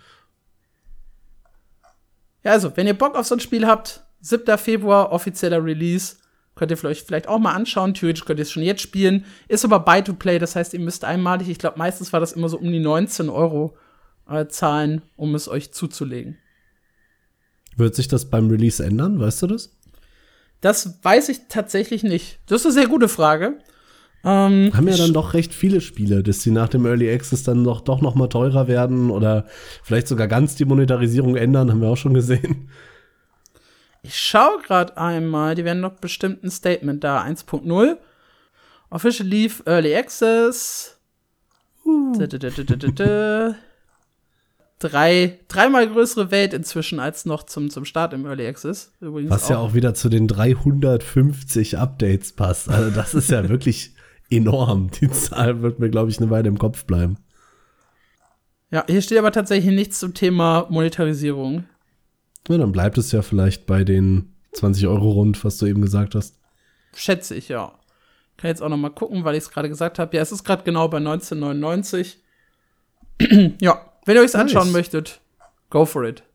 Ja, also, wenn ihr Bock auf so ein Spiel habt, siebten Februar, offizieller Release, könnt ihr vielleicht, vielleicht auch mal anschauen. Theoretisch könnt ihr es schon jetzt spielen. Ist aber Buy-to-Play, das heißt, ihr müsst einmalig, ich glaube, meistens war das immer so um die neunzehn Euro äh, zahlen, um es euch zuzulegen. Wird sich das beim Release ändern? Weißt du das? Das weiß ich tatsächlich nicht. Das ist eine sehr gute Frage. Ähm, haben ja dann doch recht viele Spiele, dass sie nach dem Early Access dann noch, doch noch mal teurer werden oder vielleicht sogar ganz die Monetarisierung ändern, haben wir auch schon gesehen. Ich schaue gerade einmal, die werden noch bestimmt ein Statement da, eins Punkt null. Official Leave Early Access. Uh. Da, da, da, da, da, da. Drei, dreimal größere Welt inzwischen als noch zum, zum Start im Early Access. Übrigens was auch. Ja auch wieder zu den dreihundertfünfzig Updates passt. Also das ist ja wirklich enorm. Die Zahl wird mir, glaube ich, eine Weile im Kopf bleiben. Ja, hier steht aber tatsächlich nichts zum Thema Monetarisierung. Ja, dann bleibt es ja vielleicht bei den zwanzig Euro rund, was du eben gesagt hast. Schätze ich, ja. Kann jetzt auch noch mal gucken, weil ich es gerade gesagt habe. Ja, es ist gerade genau bei neunzehn neunundneunzig. Ja, wenn ihr euch es nice. anschauen möchtet, go for it.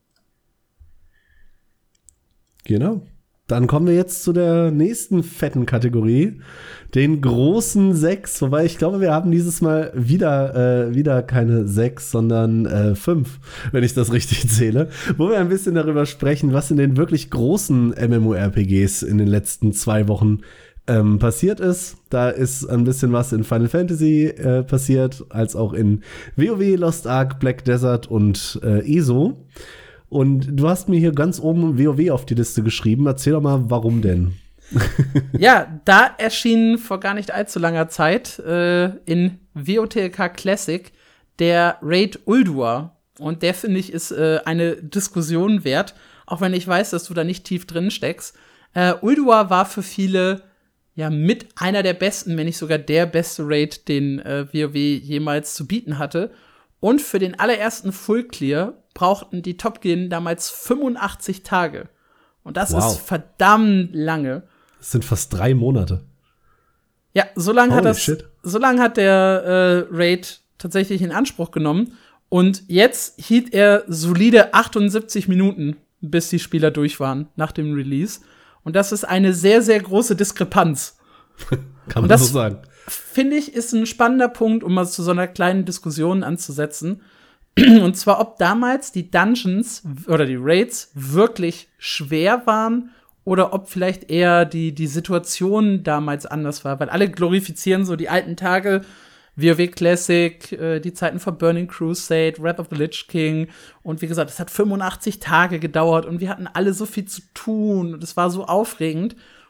Genau. Dann kommen wir jetzt zu der nächsten fetten Kategorie, den großen sechs. Wobei ich glaube, wir haben dieses Mal wieder, äh, wieder keine sechs, sondern äh, fünf, wenn ich das richtig zähle. Wo wir ein bisschen darüber sprechen, was in den wirklich großen MMORPGs in den letzten zwei Wochen ähm, passiert ist. Da ist ein bisschen was in Final Fantasy äh, passiert, als auch in WoW, Lost Ark, Black Desert und äh, E S O. Und du hast mir hier ganz oben WoW auf die Liste geschrieben. Erzähl doch mal, warum denn? Ja, da erschien vor gar nicht allzu langer Zeit äh, in WOTLK Classic der Raid Ulduar. Und der, finde ich, ist äh, eine Diskussion wert, auch wenn ich weiß, dass du da nicht tief drin steckst. Äh, Ulduar war für viele ja mit einer der besten, wenn nicht sogar der beste Raid, den äh, WoW jemals zu bieten hatte. Und für den allerersten Full Clear brauchten die Top-Gilden damals fünfundachtzig Tage. Und das wow. ist verdammt lange. Das sind fast drei Monate. Ja, so lange hat das, shit. so lange hat der äh, Raid tatsächlich in Anspruch genommen. Und jetzt hielt er solide achtundsiebzig Minuten, bis die Spieler durch waren nach dem Release. Und das ist eine sehr, sehr große Diskrepanz. Kann man das so sagen. Finde ich, ist ein spannender Punkt, um mal zu so einer kleinen Diskussion anzusetzen. Und zwar, ob damals die Dungeons oder die Raids wirklich schwer waren oder ob vielleicht eher die, die Situation damals anders war. Weil alle glorifizieren so die alten Tage, WoW Classic, äh, die Zeiten von Burning Crusade, Wrath of the Lich King. Und wie gesagt, es hat fünfundachtzig Tage gedauert und wir hatten alle so viel zu tun und es war so aufregend.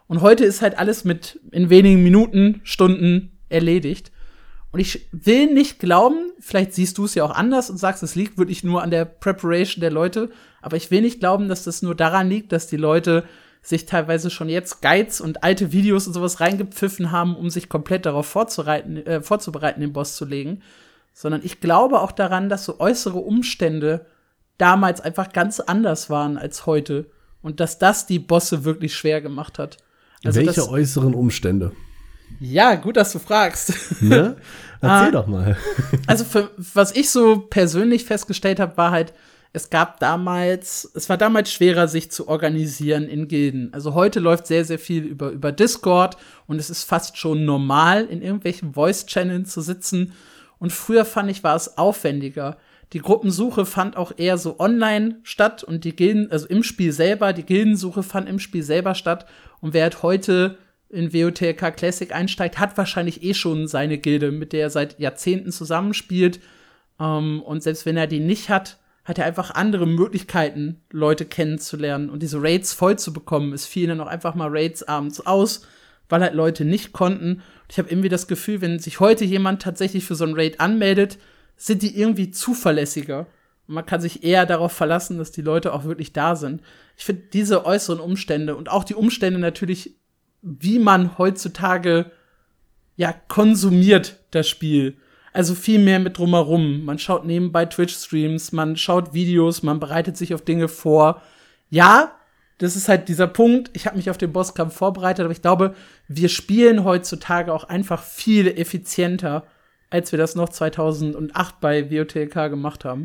Und heute ist halt alles mit in wenigen Minuten, Stunden erledigt. Und ich will nicht glauben, vielleicht siehst du es ja auch anders und sagst, es liegt wirklich nur an der Preparation der Leute, aber ich will nicht glauben, dass das nur daran liegt, dass die Leute sich teilweise schon jetzt Guides und alte Videos und sowas reingepfiffen haben, um sich komplett darauf vorzureiten, äh, vorzubereiten, den Boss zu legen. Sondern ich glaube auch daran, dass so äußere Umstände damals einfach ganz anders waren als heute. Und dass das die Bosse wirklich schwer gemacht hat. Also Welche das, äußeren Umstände? Ja, gut, dass du fragst. Ne? Erzähl ah, doch mal. Also, für, was ich so persönlich festgestellt habe, war halt, es gab damals, es war damals schwerer, sich zu organisieren in Gilden. Also heute läuft sehr, sehr viel über, über Discord und es ist fast schon normal, in irgendwelchen Voice-Channeln zu sitzen. Und früher fand ich, war es aufwendiger. Die Gruppensuche fand auch eher so online statt und die Gilden, also im Spiel selber, die Gildensuche fand im Spiel selber statt. Und wer halt heute in W O T K Classic einsteigt, hat wahrscheinlich eh schon seine Gilde, mit der er seit Jahrzehnten zusammenspielt. Um, und selbst wenn er die nicht hat, hat er einfach andere Möglichkeiten, Leute kennenzulernen. Und diese Raids voll zu bekommen, es fielen dann auch einfach mal Raids abends aus, weil halt Leute nicht konnten. Und ich habe irgendwie das Gefühl, wenn sich heute jemand tatsächlich für so ein Raid anmeldet, sind die irgendwie zuverlässiger. Und man kann sich eher darauf verlassen, dass die Leute auch wirklich da sind. Ich finde diese äußeren Umstände und auch die Umstände natürlich, wie man heutzutage ja konsumiert das Spiel. Also viel mehr mit drumherum. Man schaut nebenbei Twitch-Streams, man schaut Videos, man bereitet sich auf Dinge vor. Ja, das ist halt dieser Punkt. Ich habe mich auf den Bosskampf vorbereitet, aber ich glaube, wir spielen heutzutage auch einfach viel effizienter, als wir das noch zweitausendacht bei W O T K gemacht haben.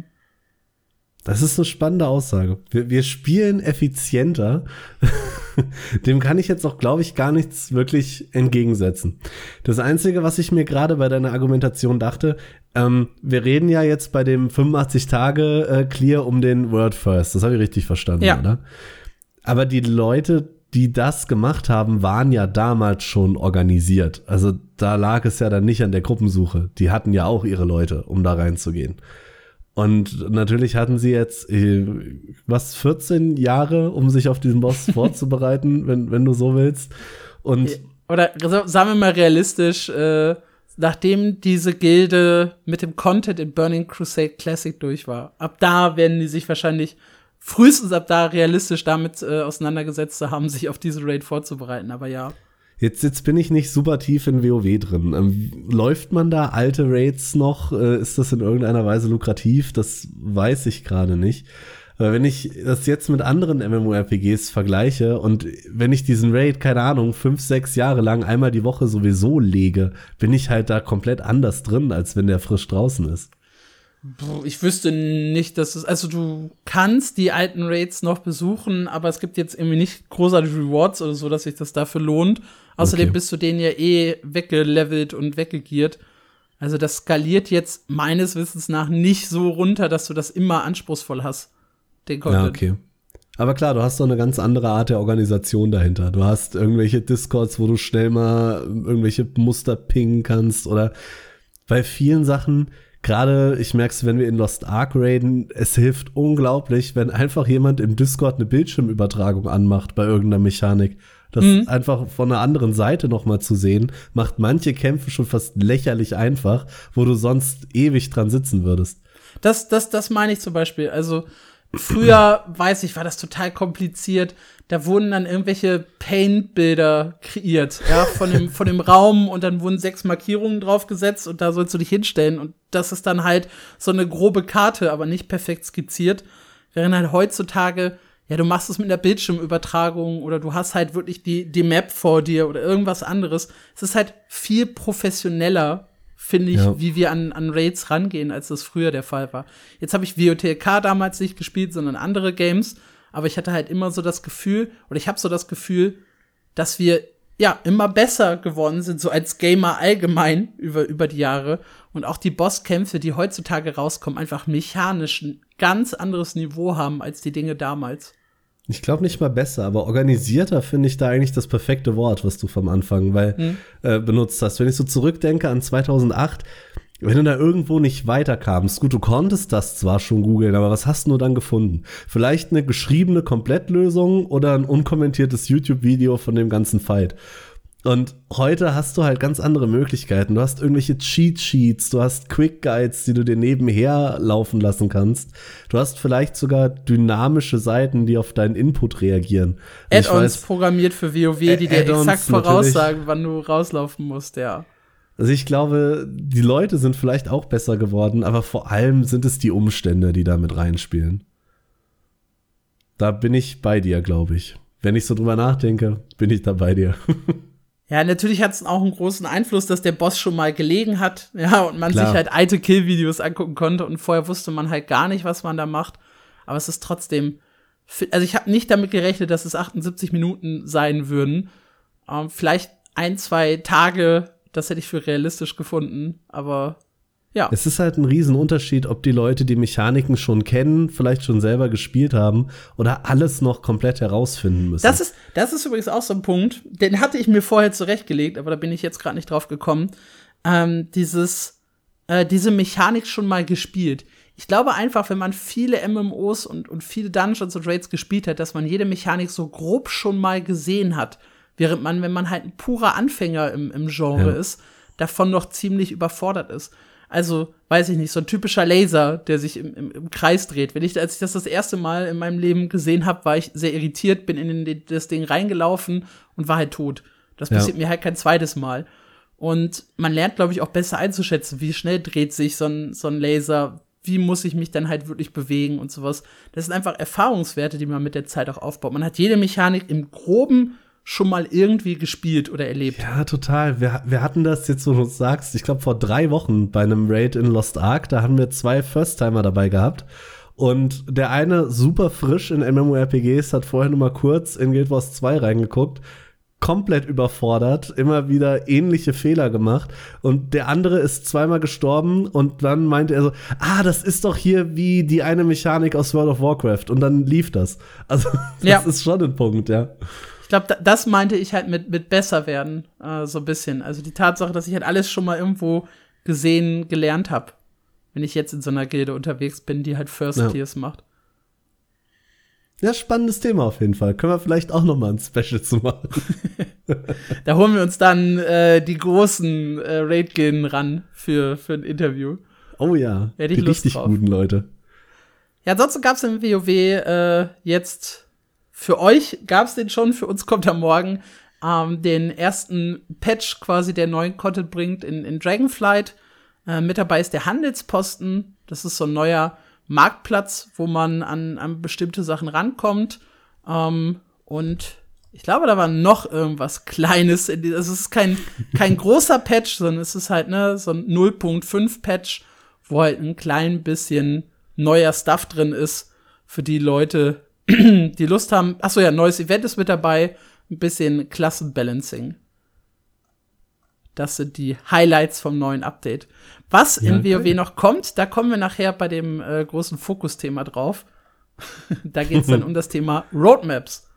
Das ist eine spannende Aussage. Wir, wir spielen effizienter. Dem kann ich jetzt auch, glaube ich, gar nichts wirklich entgegensetzen. Das Einzige, was ich mir gerade bei deiner Argumentation dachte, ähm, wir reden ja jetzt bei dem fünfundachtzig Tage äh, Clear um den World First. Das habe ich richtig verstanden, ja. Oder? Aber die Leute, die das gemacht haben, waren ja damals schon organisiert. Also da lag es ja dann nicht an der Gruppensuche. Die hatten ja auch ihre Leute, um da reinzugehen. Und natürlich hatten sie jetzt, äh, was, vierzehn Jahre, um sich auf diesen Boss vorzubereiten, wenn, wenn du so willst. Und Oder sagen wir mal realistisch, äh, nachdem diese Gilde mit dem Content in Burning Crusade Classic durch war, ab da werden die sich wahrscheinlich frühestens ab da realistisch damit äh, auseinandergesetzt zu haben, sich auf diese Raid vorzubereiten. Aber ja. Jetzt, jetzt bin ich nicht super tief in WoW drin. Ähm, läuft man da alte Raids noch? Äh, ist das in irgendeiner Weise lukrativ? Das weiß ich gerade nicht. Aber wenn ich das jetzt mit anderen MMORPGs vergleiche und wenn ich diesen Raid, keine Ahnung, fünf, sechs Jahre lang einmal die Woche sowieso lege, bin ich halt da komplett anders drin, als wenn der frisch draußen ist. Ich wüsste nicht, dass es, also du kannst die alten Raids noch besuchen, aber es gibt jetzt irgendwie nicht großartige Rewards oder so, dass sich das dafür lohnt. Außerdem okay. bist du denen ja eh weggelevelt und weggegiert. Also das skaliert jetzt meines Wissens nach nicht so runter, dass du das immer anspruchsvoll hast, den Content. Ja, okay. Aber klar, du hast doch eine ganz andere Art der Organisation dahinter. Du hast irgendwelche Discords, wo du schnell mal irgendwelche Muster pingen kannst oder bei vielen Sachen. Gerade, ich merke es, wenn wir in Lost Ark raiden, es hilft unglaublich, wenn einfach jemand im Discord eine Bildschirmübertragung anmacht bei irgendeiner Mechanik. Das mhm. einfach von einer anderen Seite noch mal zu sehen, macht manche Kämpfe schon fast lächerlich einfach, wo du sonst ewig dran sitzen würdest. Das, das, das meine ich zum Beispiel. Also früher, weiß ich, war das total kompliziert. Da wurden dann irgendwelche Paint-Bilder kreiert, ja, von dem, von dem Raum und dann wurden sechs Markierungen draufgesetzt und da sollst du dich hinstellen und das ist dann halt so eine grobe Karte, aber nicht perfekt skizziert. Während halt heutzutage, ja, du machst es mit einer Bildschirmübertragung oder du hast halt wirklich die, die Map vor dir oder irgendwas anderes. Es ist halt viel professioneller, finde ich, ja. wie wir an, an Raids rangehen, als das früher der Fall war. Jetzt habe ich W O T K damals nicht gespielt, sondern andere Games. Aber ich hatte halt immer so das Gefühl, oder ich habe so das Gefühl, dass wir ja immer besser geworden sind, so als Gamer allgemein über, über die Jahre. Und auch die Bosskämpfe, die heutzutage rauskommen, einfach mechanisch ein ganz anderes Niveau haben als die Dinge damals. Ich glaube nicht mal besser, aber organisierter finde ich da eigentlich das perfekte Wort, was du vom Anfang weil, hm. äh, benutzt hast. Wenn ich so zurückdenke an zweitausendacht, Wenn du da irgendwo nicht weiterkamst, gut, du konntest das zwar schon googeln, aber was hast du dann gefunden? Vielleicht eine geschriebene Komplettlösung oder ein unkommentiertes YouTube-Video von dem ganzen Fight. Und heute hast du halt ganz andere Möglichkeiten. Du hast irgendwelche Cheat-Sheets, du hast Quick-Guides, die du dir nebenher laufen lassen kannst. Du hast vielleicht sogar dynamische Seiten, die auf deinen Input reagieren. Add-ons programmiert für WoW, die dir exakt voraussagen, wann du rauslaufen musst, ja. Also ich glaube, die Leute sind vielleicht auch besser geworden, aber vor allem sind es die Umstände, die da mit reinspielen. Da bin ich bei dir, glaube ich. Wenn ich so drüber nachdenke, bin ich da bei dir. Ja, natürlich hat es auch einen großen Einfluss, dass der Boss schon mal gelegen hat, ja, und man Klar. sich halt alte Kill-Videos angucken konnte und vorher wusste man halt gar nicht, was man da macht. Aber es ist trotzdem, also ich habe nicht damit gerechnet, dass es achtundsiebzig Minuten sein würden. Ähm, vielleicht ein, zwei Tage, das hätte ich für realistisch gefunden, aber ja. Es ist halt ein Riesenunterschied, ob die Leute die Mechaniken schon kennen, vielleicht schon selber gespielt haben oder alles noch komplett herausfinden müssen. Das ist, das ist übrigens auch so ein Punkt, den hatte ich mir vorher zurechtgelegt, aber da bin ich jetzt gerade nicht drauf gekommen. Ähm, dieses, äh, diese Mechanik schon mal gespielt. Ich glaube einfach, wenn man viele M M Os und, und viele Dungeons und Raids gespielt hat, dass man jede Mechanik so grob schon mal gesehen hat. Während man, wenn man halt ein purer Anfänger im, im Genre ja. ist, davon noch ziemlich überfordert ist. Also, weiß ich nicht, so ein typischer Laser, der sich im, im, im Kreis dreht. Wenn ich, als ich das das erste Mal in meinem Leben gesehen habe, war ich sehr irritiert, bin in den, das Ding reingelaufen und war halt tot. Das ja. passiert mir halt kein zweites Mal. Und man lernt, glaube ich, auch besser einzuschätzen, wie schnell dreht sich so ein, so ein Laser, wie muss ich mich dann halt wirklich bewegen und sowas. Das sind einfach Erfahrungswerte, die man mit der Zeit auch aufbaut. Man hat jede Mechanik im Groben schon mal irgendwie gespielt oder erlebt. Ja, total. Wir, wir hatten das jetzt, wo du es sagst, ich glaube vor drei Wochen bei einem Raid in Lost Ark, da haben wir zwei First-Timer dabei gehabt. Und der eine, super frisch in MMORPGs, hat vorher nur mal kurz in Guild Wars zwei reingeguckt, komplett überfordert, immer wieder ähnliche Fehler gemacht. Und der andere ist zweimal gestorben und dann meinte er so, ah, das ist doch hier wie die eine Mechanik aus World of Warcraft. Und dann lief das. Also das ja. ist schon ein Punkt, ja. Ich glaube, das meinte ich halt mit, mit besser werden, äh, so ein bisschen. Also die Tatsache, dass ich halt alles schon mal irgendwo gesehen, gelernt habe, wenn ich jetzt in so einer Gilde unterwegs bin, die halt First ja. Tiers macht. Ja, spannendes Thema auf jeden Fall. Können wir vielleicht auch noch mal ein Special zu machen. Da holen wir uns dann äh, die großen äh, Raid-Gilden ran für, für ein Interview. Oh ja, die Lust richtig drauf. Guten Leute. Ja, ansonsten gab's im WoW äh, jetzt für euch gab's den schon, für uns kommt er morgen ähm, den ersten Patch quasi, der neuen Content bringt in, in Dragonflight. Äh, mit dabei ist der Handelsposten. Das ist so ein neuer Marktplatz, wo man an, an bestimmte Sachen rankommt. Ähm, und ich glaube, da war noch irgendwas Kleines. In die, also es ist kein, kein großer Patch, sondern es ist halt ne, so ein null Punkt fünf Patch, wo halt ein klein bisschen neuer Stuff drin ist für die Leute, die Lust haben. Achso, ja, neues Event ist mit dabei. Ein bisschen Klassenbalancing. Das sind die Highlights vom neuen Update. Was ja, in WoW okay. noch kommt, da kommen wir nachher bei dem äh, großen Fokusthema drauf. Da geht es dann um das Thema Roadmaps.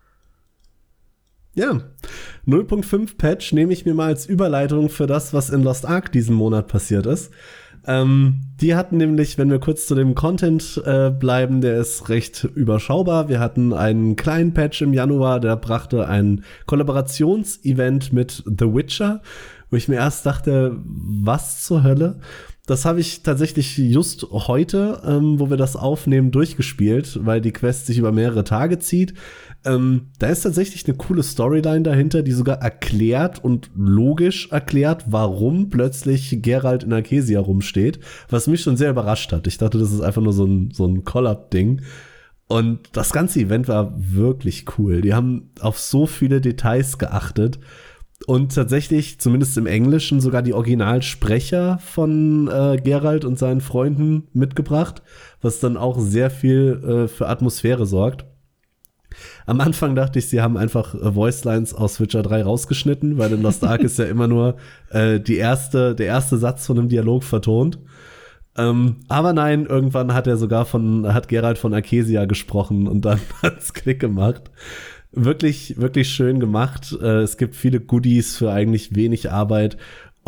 Ja, null Punkt fünf Patch nehme ich mir mal als Überleitung für das, was in Lost Ark diesen Monat passiert ist. Ähm, die hatten nämlich, wenn wir kurz zu dem Content äh, bleiben, der ist recht überschaubar. Wir hatten einen kleinen Patch im Januar, der brachte ein Kollaborationsevent mit The Witcher, wo ich mir erst dachte, was zur Hölle? Das habe ich tatsächlich just heute, ähm, wo wir das aufnehmen, durchgespielt, weil die Quest sich über mehrere Tage zieht. Ähm, da ist tatsächlich eine coole Storyline dahinter, die sogar erklärt und logisch erklärt, warum plötzlich Geralt in Arkesia rumsteht, was mich schon sehr überrascht hat. Ich dachte, das ist einfach nur so ein, so ein Collab-Ding. Und das ganze Event war wirklich cool. Die haben auf so viele Details geachtet. Und tatsächlich, zumindest im Englischen, sogar die Originalsprecher von äh, Geralt und seinen Freunden mitgebracht, was dann auch sehr viel äh, für Atmosphäre sorgt. Am Anfang dachte ich, sie haben einfach äh, Voicelines aus Witcher drei rausgeschnitten, weil in Lost Ark ist ja immer nur äh, die erste, der erste Satz von einem Dialog vertont. Ähm, aber nein, irgendwann hat er sogar von, hat Geralt von Arkesia gesprochen und dann hat's Klick gemacht. Wirklich, wirklich schön gemacht. Es gibt viele Goodies für eigentlich wenig Arbeit.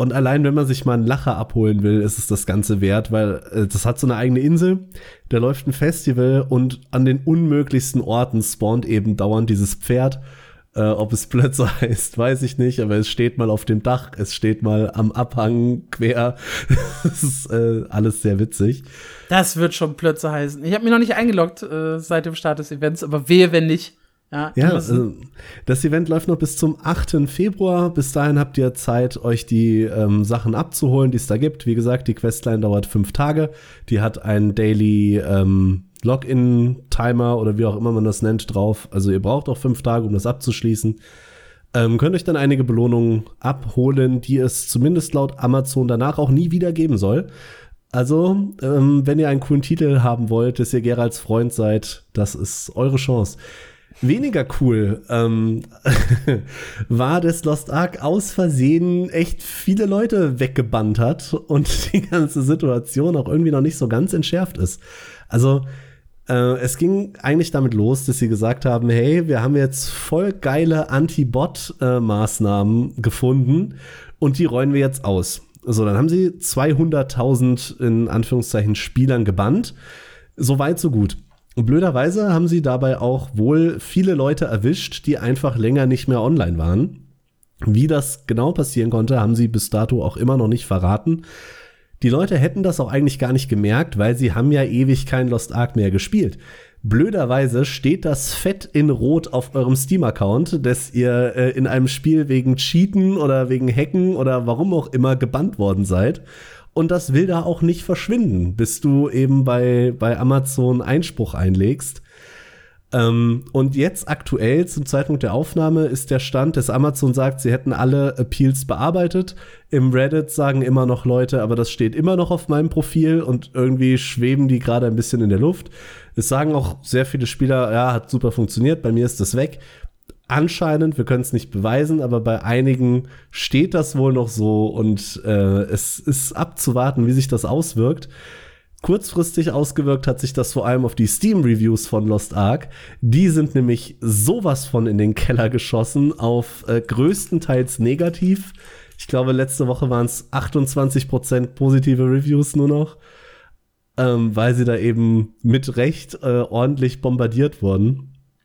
Und allein, wenn man sich mal einen Lacher abholen will, ist es das Ganze wert, weil äh, das hat so eine eigene Insel, da läuft ein Festival und an den unmöglichsten Orten spawnt eben dauernd dieses Pferd. Äh, ob es Plötze heißt, weiß ich nicht, aber es steht mal auf dem Dach, es steht mal am Abhang quer. Das ist äh, alles sehr witzig. Das wird schon Plötze heißen. Ich habe mich noch nicht eingeloggt äh, seit dem Start des Events, aber wehe, wenn nicht. Ja, ja also, das Event läuft noch bis zum achten Februar. Bis dahin habt ihr Zeit, euch die ähm, Sachen abzuholen, die es da gibt. Wie gesagt, die Questline dauert fünf Tage. Die hat einen Daily ähm, Login-Timer oder wie auch immer man das nennt drauf. Also ihr braucht auch fünf Tage, um das abzuschließen. Ähm, könnt euch dann einige Belohnungen abholen, die es zumindest laut Amazon danach auch nie wieder geben soll. Also, ähm, wenn ihr einen coolen Titel haben wollt, dass ihr Geralts Freund seid, das ist eure Chance. Weniger cool ähm, war, dass Lost Ark aus Versehen echt viele Leute weggebannt hat und die ganze Situation auch irgendwie noch nicht so ganz entschärft ist. Also äh, es ging eigentlich damit los, dass sie gesagt haben, hey, wir haben jetzt voll geile Anti-Bot-Maßnahmen gefunden und die räumen wir jetzt aus. So, dann haben sie zweihunderttausend in Anführungszeichen Spielern gebannt. So weit, so gut. Und blöderweise haben sie dabei auch wohl viele Leute erwischt, die einfach länger nicht mehr online waren. Wie das genau passieren konnte, haben sie bis dato auch immer noch nicht verraten. Die Leute hätten das auch eigentlich gar nicht gemerkt, weil sie haben ja ewig kein Lost Ark mehr gespielt. Blöderweise steht das fett in Rot auf eurem Steam-Account, dass ihr äh, in einem Spiel wegen Cheaten oder wegen Hacken oder warum auch immer gebannt worden seid. Und das will da auch nicht verschwinden, bis du eben bei, bei Amazon Einspruch einlegst. Ähm, und jetzt aktuell, zum Zeitpunkt der Aufnahme, ist der Stand, dass Amazon sagt, sie hätten alle Appeals bearbeitet. Im Reddit sagen immer noch Leute, aber das steht immer noch auf meinem Profil und irgendwie schweben die gerade ein bisschen in der Luft. Es sagen auch sehr viele Spieler, ja, hat super funktioniert, bei mir ist das weg. Anscheinend, wir können es nicht beweisen, aber bei einigen steht das wohl noch so und äh, es ist abzuwarten, wie sich das auswirkt. Kurzfristig ausgewirkt hat sich das vor allem auf die Steam-Reviews von Lost Ark. Die sind nämlich sowas von in den Keller geschossen, auf äh, größtenteils negativ. Ich glaube, letzte Woche waren es achtundzwanzig Prozent positive Reviews nur noch, ähm, weil sie da eben mit Recht äh, ordentlich bombardiert wurden.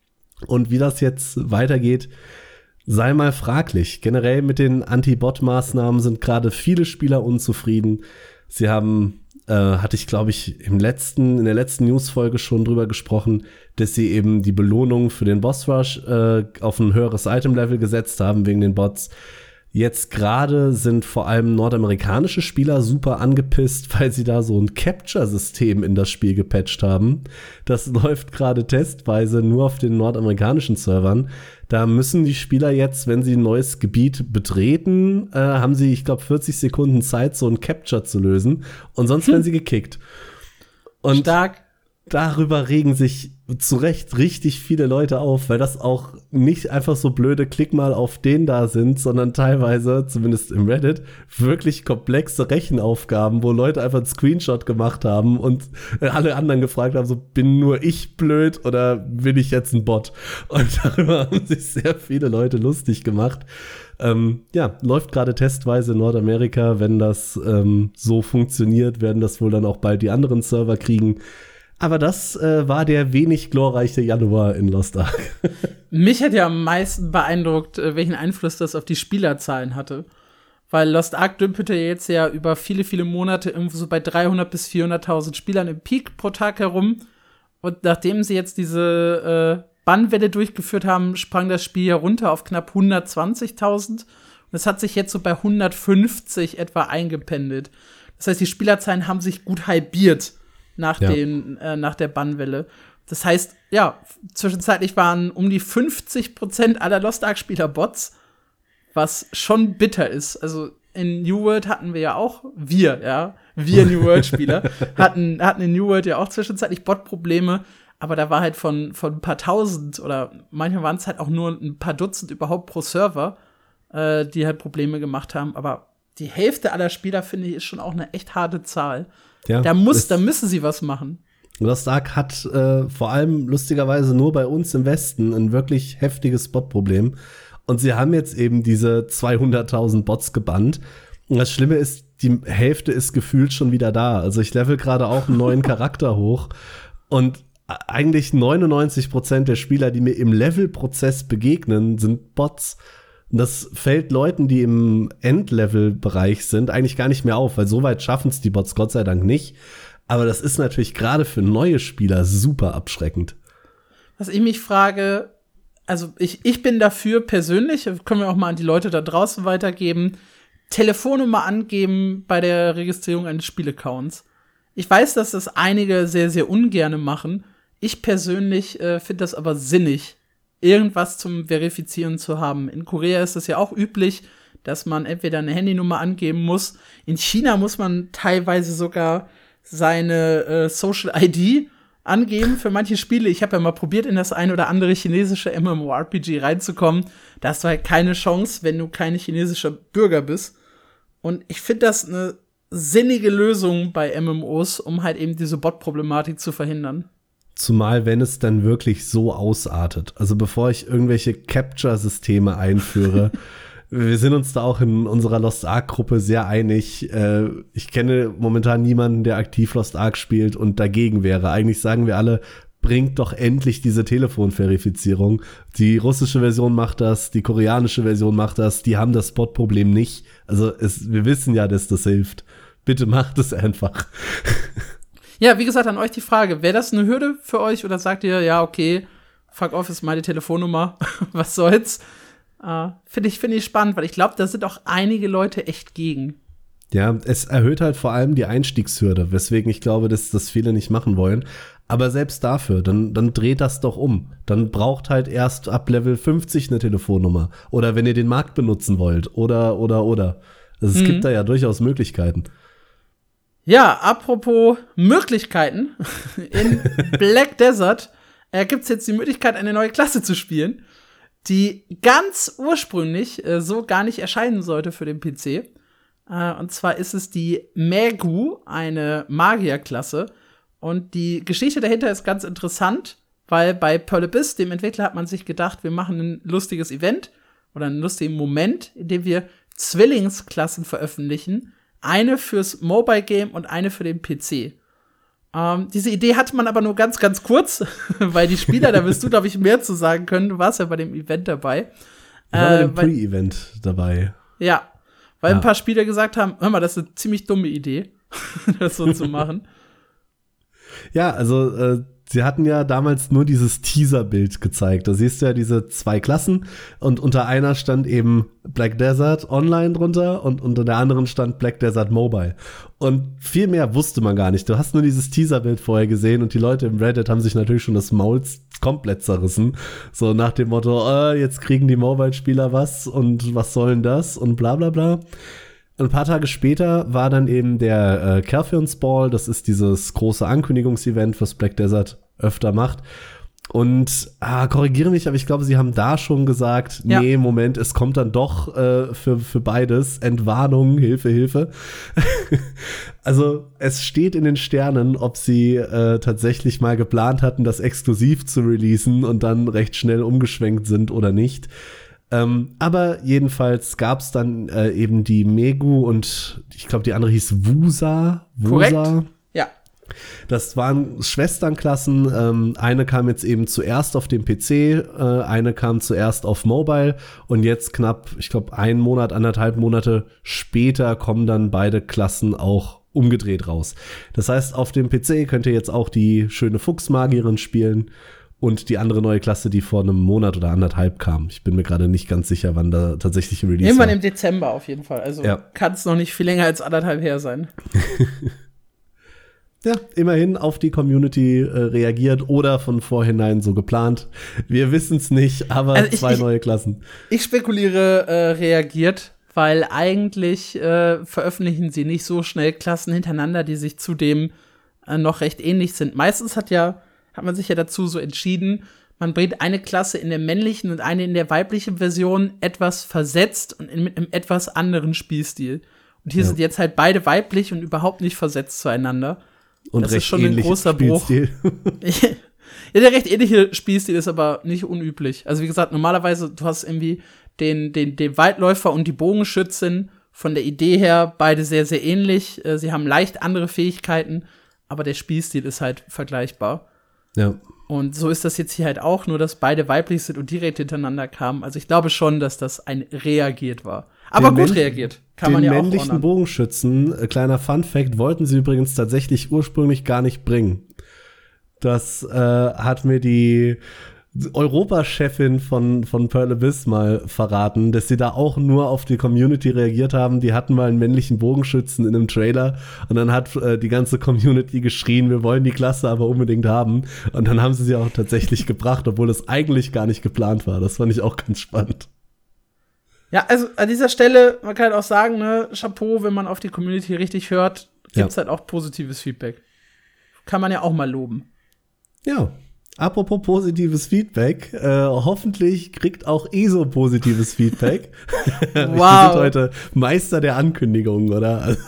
Und wie das jetzt weitergeht, sei mal fraglich. Generell mit den Anti-Bot-Maßnahmen sind gerade viele Spieler unzufrieden. Sie haben, äh, hatte ich glaube ich im letzten, in der letzten News-Folge schon drüber gesprochen, dass sie eben die Belohnung für den Boss-Rush äh, auf ein höheres Item-Level gesetzt haben wegen den Bots. Jetzt gerade sind vor allem nordamerikanische Spieler super angepisst, weil sie da so ein Capture-System in das Spiel gepatcht haben. Das läuft gerade testweise nur auf den nordamerikanischen Servern. Da müssen die Spieler jetzt, wenn sie ein neues Gebiet betreten, äh, haben sie, ich glaube, vierzig Sekunden Zeit, so ein Capture zu lösen. Und sonst hm. werden sie gekickt. Und stark. Darüber regen sich zu Recht richtig viele Leute auf, weil das auch nicht einfach so blöde Klick mal auf den da sind, sondern teilweise, zumindest im Reddit, wirklich komplexe Rechenaufgaben, wo Leute einfach einen Screenshot gemacht haben und alle anderen gefragt haben, so, bin nur ich blöd oder bin ich jetzt ein Bot? Und darüber haben sich sehr viele Leute lustig gemacht. Ähm, ja, läuft gerade testweise in Nordamerika. Wenn das ähm, so funktioniert, werden das wohl dann auch bald die anderen Server kriegen. Aber das äh, war der wenig glorreiche Januar in Lost Ark. Mich hat ja am meisten beeindruckt, welchen Einfluss das auf die Spielerzahlen hatte. Weil Lost Ark dümpelte jetzt ja über viele, viele Monate irgendwo so bei dreihundert bis vierhunderttausend Spielern im Peak pro Tag herum. Und nachdem sie jetzt diese äh, Bannwelle durchgeführt haben, sprang das Spiel ja runter auf knapp hundertzwanzigtausend. Und es hat sich jetzt so bei hundertfünfzig etwa eingependelt. Das heißt, die Spielerzahlen haben sich gut halbiert nach, ja. den, äh, nach der Bannwelle. Das heißt, ja, zwischenzeitlich waren um die fünfzig Prozent aller Lost Ark-Spieler Bots, was schon bitter ist. Also in New World hatten wir ja auch, wir, ja, wir New World-Spieler, hatten, hatten in New World ja auch zwischenzeitlich Bot-Probleme, aber da war halt von, von ein paar tausend oder manchmal waren es halt auch nur ein paar Dutzend überhaupt pro Server, äh, die halt Probleme gemacht haben. Aber die Hälfte aller Spieler, finde ich, ist schon auch eine echt harte Zahl. Ja, da, muss, da müssen sie was machen. Lost Ark hat äh, vor allem lustigerweise nur bei uns im Westen ein wirklich heftiges Bot-Problem. Und sie haben jetzt eben diese zweihunderttausend Bots gebannt. Und das Schlimme ist, die Hälfte ist gefühlt schon wieder da. Also ich level gerade auch einen neuen Charakter hoch und eigentlich neunundneunzig Prozent der Spieler, die mir im Levelprozess begegnen, sind Bots. Und das fällt Leuten, die im Endlevel-Bereich sind, eigentlich gar nicht mehr auf, weil so weit schaffen es die Bots Gott sei Dank nicht. Aber das ist natürlich gerade für neue Spieler super abschreckend. Was ich mich frage, also ich, ich bin dafür persönlich, können wir auch mal an die Leute da draußen weitergeben, Telefonnummer angeben bei der Registrierung eines Spielaccounts. Ich weiß, dass das einige sehr, sehr ungerne machen. Ich persönlich äh, finde das aber sinnig, irgendwas zum Verifizieren zu haben. In Korea ist das ja auch üblich, dass man entweder eine Handynummer angeben muss. In China muss man teilweise sogar seine äh, Social I D angeben für manche Spiele. Ich habe ja mal probiert, in das ein oder andere chinesische MMORPG reinzukommen. Da hast du halt keine Chance, wenn du kein chinesischer Bürger bist. Und ich finde das eine sinnige Lösung bei M M Os, um halt eben diese Bot-Problematik zu verhindern. Zumal, wenn es dann wirklich so ausartet. Also bevor ich irgendwelche Capture-Systeme einführe, wir sind uns da auch in unserer Lost Ark-Gruppe sehr einig. Äh, ich kenne momentan niemanden, der aktiv Lost Ark spielt und dagegen wäre. Eigentlich sagen wir alle, bringt doch endlich diese Telefonverifizierung. Die russische Version macht das, die koreanische Version macht das, die haben das Bot-Problem nicht. Also es, wir wissen ja, dass das hilft. Bitte macht es einfach. Ja, wie gesagt, an euch die Frage, wäre das eine Hürde für euch oder sagt ihr, ja, okay, fuck off, ist meine Telefonnummer, was soll's? Äh, Finde ich, finde ich spannend, weil ich glaube, da sind auch einige Leute echt gegen. Ja, es erhöht halt vor allem die Einstiegshürde, weswegen ich glaube, dass das viele nicht machen wollen. Aber selbst dafür, dann, dann dreht das doch um. Dann braucht halt erst ab Level fünfzig eine Telefonnummer. Oder wenn ihr den Markt benutzen wollt. Oder, oder, oder. Also es mhm. gibt da ja durchaus Möglichkeiten. Ja, apropos Möglichkeiten. In Black Desert äh, gibt es jetzt die Möglichkeit, eine neue Klasse zu spielen, die ganz ursprünglich äh, so gar nicht erscheinen sollte für den P C. Äh, und zwar ist es die Maegu, eine Magierklasse. Und die Geschichte dahinter ist ganz interessant, weil bei Pearl Abyss, dem Entwickler, hat man sich gedacht, wir machen ein lustiges Event oder einen lustigen Moment, in dem wir Zwillingsklassen veröffentlichen. Eine fürs Mobile Game und eine für den P C. Ähm, diese Idee hatte man aber nur ganz, ganz kurz, weil die Spieler, da wirst du, glaube ich, mehr zu sagen können. Du warst ja bei dem Event dabei. Ich war äh, bei dem Pre-Event dabei. Ja, weil ja. ein paar Spieler gesagt haben, hör mal, das ist eine ziemlich dumme Idee, das so zu machen. Ja, also äh, sie hatten ja damals nur dieses Teaser-Bild gezeigt. Da siehst du ja diese zwei Klassen und unter einer stand eben Black Desert Online drunter und unter der anderen stand Black Desert Mobile. Und viel mehr wusste man gar nicht. Du hast nur dieses Teaser-Bild vorher gesehen und die Leute im Reddit haben sich natürlich schon das Maul komplett zerrissen. So nach dem Motto, äh, jetzt kriegen die Mobile-Spieler was und was soll denn das und bla bla bla. Ein paar Tage später war dann eben der äh, Kerfions Ball, das ist dieses große Ankündigungsevent, was Black Desert öfter macht. Und, ah, korrigiere mich, aber ich glaube, sie haben da schon gesagt, ja. nee, Moment, es kommt dann doch äh, für, für beides. Entwarnung, Hilfe, Hilfe. Also es steht in den Sternen, ob sie äh, tatsächlich mal geplant hatten, das exklusiv zu releasen und dann recht schnell umgeschwenkt sind oder nicht. Ähm, aber jedenfalls gab es dann äh, eben die Maegu und ich glaube, die andere hieß Wusa. Wusa. Korrekt. Ja. Das waren Schwesternklassen. Ähm, eine kam jetzt eben zuerst auf dem P C, äh, eine kam zuerst auf Mobile und jetzt knapp, ich glaube, einen Monat, anderthalb Monate später kommen dann beide Klassen auch umgedreht raus. Das heißt, auf dem P C könnt ihr jetzt auch die schöne Fuchsmagierin spielen. Und die andere neue Klasse, die vor einem Monat oder anderthalb kam. Ich bin mir gerade nicht ganz sicher, wann da tatsächlich ein Release Irgendwann war. im Dezember auf jeden Fall. Also ja. kann es noch nicht viel länger als anderthalb her sein. Ja, immerhin auf die Community äh, reagiert oder von vorhinein so geplant. Wir wissen es nicht, aber also ich, zwei ich, neue Klassen. Ich spekuliere, äh, reagiert, weil eigentlich äh, veröffentlichen sie nicht so schnell Klassen hintereinander, die sich zudem äh, noch recht ähnlich sind. Meistens hat ja hat man sich ja dazu so entschieden, man bringt eine Klasse in der männlichen und eine in der weiblichen Version etwas versetzt und in, mit einem etwas anderen Spielstil. Und hier ja. sind jetzt halt beide weiblich und überhaupt nicht versetzt zueinander. Und das recht ist schon ein großer Spielstil. Bruch. Ja, der recht ähnliche Spielstil ist aber nicht unüblich. Also wie gesagt, normalerweise, du hast irgendwie den, den, den Waldläufer und die Bogenschützin von der Idee her beide sehr, sehr ähnlich. Äh, sie haben leicht andere Fähigkeiten, aber der Spielstil ist halt vergleichbar. Ja. Und so ist das jetzt hier halt auch, nur dass beide weiblich sind und direkt hintereinander kamen. Also ich glaube schon, dass das ein reagiert war. Aber Den gut Männ- reagiert. Kann man ja auch Den männlichen ordnen. Bogenschützen, äh, kleiner Fun-Fact, wollten sie übrigens tatsächlich ursprünglich gar nicht bringen. Das äh, hat mir die Europachefin von, von Pearl Abyss mal verraten, dass sie da auch nur auf die Community reagiert haben. Die hatten mal einen männlichen Bogenschützen in einem Trailer und dann hat äh, die ganze Community geschrien, wir wollen die Klasse aber unbedingt haben. Und dann haben sie sie auch tatsächlich gebracht, obwohl es eigentlich gar nicht geplant war. Das fand ich auch ganz spannend. Ja, also an dieser Stelle, man kann halt auch sagen, ne, Chapeau, wenn man auf die Community richtig hört, gibt's Ja. halt auch positives Feedback. Kann man ja auch mal loben. Ja. Apropos positives Feedback, äh, hoffentlich kriegt auch E S O positives Feedback. Wir sind Wow. heute Meister der Ankündigungen, oder? Also,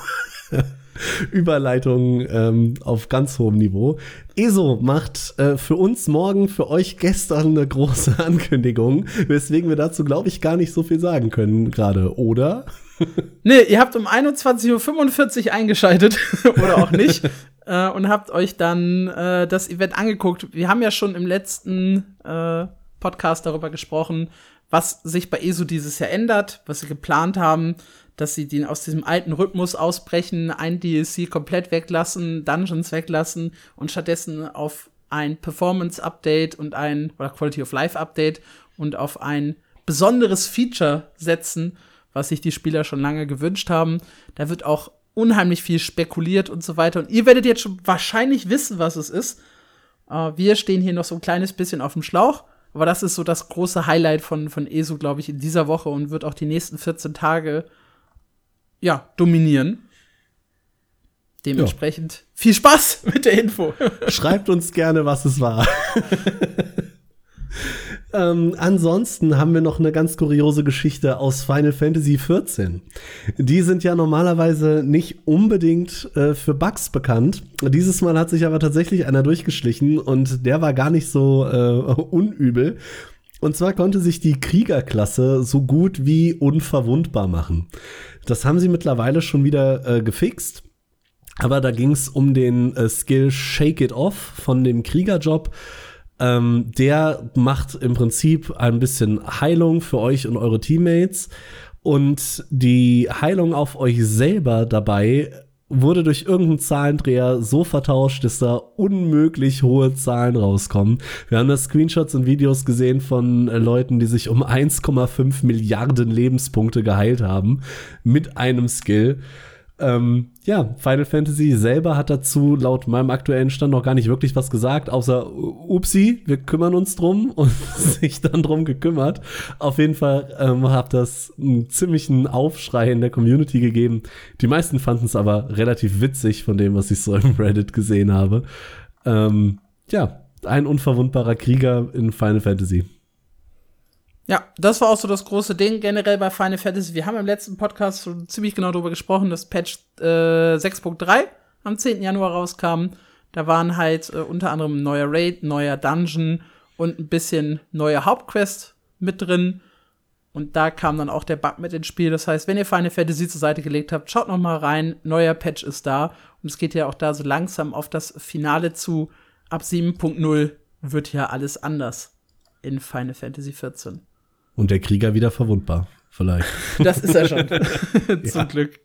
Überleitungen ähm, auf ganz hohem Niveau. E S O macht äh, für uns morgen, für euch gestern eine große Ankündigung, weswegen wir dazu, glaube ich, gar nicht so viel sagen können gerade, oder? Nee, ihr habt um einundzwanzig Uhr fünfundvierzig eingeschaltet oder auch nicht äh, und habt euch dann äh, das Event angeguckt. Wir haben ja schon im letzten äh, Podcast darüber gesprochen, was sich bei E S O dieses Jahr ändert, was sie geplant haben, dass sie den aus diesem alten Rhythmus ausbrechen, ein D L C komplett weglassen, Dungeons weglassen und stattdessen auf ein Performance-Update und ein oder Quality-of-Life-Update und auf ein besonderes Feature setzen, was sich die Spieler schon lange gewünscht haben. Da wird auch unheimlich viel spekuliert und so weiter. Und ihr werdet jetzt schon wahrscheinlich wissen, was es ist. Äh, wir stehen hier noch so ein kleines bisschen auf dem Schlauch. Aber das ist so das große Highlight von, von E S O, glaube ich, in dieser Woche und wird auch die nächsten vierzehn Tage ja, dominieren. Dementsprechend ja. Viel Spaß mit der Info. Schreibt uns gerne, was es war. Ähm, ansonsten haben wir noch eine ganz kuriose Geschichte aus Final Fantasy vierzehn. Die sind ja normalerweise nicht unbedingt äh, für Bugs bekannt. Dieses Mal hat sich aber tatsächlich einer durchgeschlichen und der war gar nicht so äh, unübel. Und zwar konnte sich die Kriegerklasse so gut wie unverwundbar machen. Das haben sie mittlerweile schon wieder äh, gefixt. Aber da ging es um den äh, Skill Shake It Off von dem Kriegerjob. Ähm, der macht im Prinzip ein bisschen Heilung für euch und eure Teammates. Und die Heilung auf euch selber dabei wurde durch irgendeinen Zahlendreher so vertauscht, dass da unmöglich hohe Zahlen rauskommen. Wir haben da Screenshots und Videos gesehen von äh, Leuten, die sich um eins Komma fünf Milliarden Lebenspunkte geheilt haben mit einem Skill. Ähm, ja, Final Fantasy selber hat dazu laut meinem aktuellen Stand noch gar nicht wirklich was gesagt, außer upsi, wir kümmern uns drum und sich dann drum gekümmert. Auf jeden Fall ähm, hat das einen ziemlichen Aufschrei in der Community gegeben. Die meisten fanden es aber relativ witzig von dem, was ich so im Reddit gesehen habe. Ähm, ja, ein unverwundbarer Krieger in Final Fantasy. Ja, das war auch so das große Ding generell bei Final Fantasy. Wir haben im letzten Podcast schon ziemlich genau darüber gesprochen, dass Patch äh, sechs Punkt drei am zehnten Januar rauskam. Da waren halt äh, unter anderem ein neuer Raid, neuer Dungeon und ein bisschen neue Hauptquest mit drin. Und da kam dann auch der Bug mit ins Spiel. Das heißt, wenn ihr Final Fantasy zur Seite gelegt habt, schaut noch mal rein. Neuer Patch ist da. Und es geht ja auch da so langsam auf das Finale zu. Ab sieben Punkt null wird ja alles anders in Final Fantasy vierzehn. Und der Krieger wieder verwundbar, vielleicht. Das ist er schon. Zum Ja. Glück.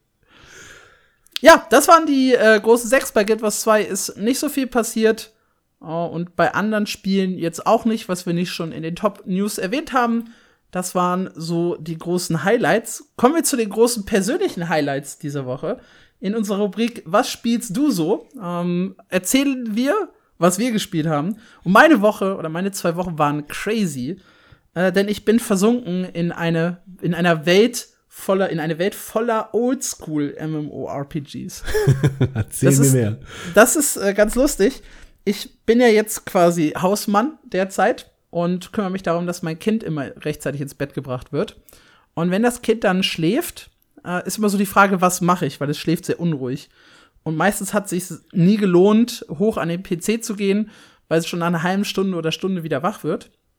Ja, das waren die äh, großen sechs. Bei Guild Wars zwei ist nicht so viel passiert. Uh, und bei anderen Spielen jetzt auch nicht, was wir nicht schon in den Top-News erwähnt haben. Das waren so die großen Highlights. Kommen wir zu den großen persönlichen Highlights dieser Woche. In unserer Rubrik Was spielst du so? Ähm, erzählen wir, was wir gespielt haben. Und meine Woche oder meine zwei Wochen waren crazy. Äh, denn ich bin versunken in eine in einer Welt voller in eine Welt voller Oldschool MMORPGs. Erzähl das mir ist, mehr. Das ist äh, ganz lustig. Ich bin ja jetzt quasi Hausmann derzeit und kümmere mich darum, dass mein Kind immer rechtzeitig ins Bett gebracht wird. Und wenn das Kind dann schläft, äh, ist immer so die Frage, was mache ich, weil es schläft sehr unruhig. Und meistens hat es sich nie gelohnt, hoch an den P C zu gehen, weil es schon nach einer halben Stunde oder Stunde wieder wach wird.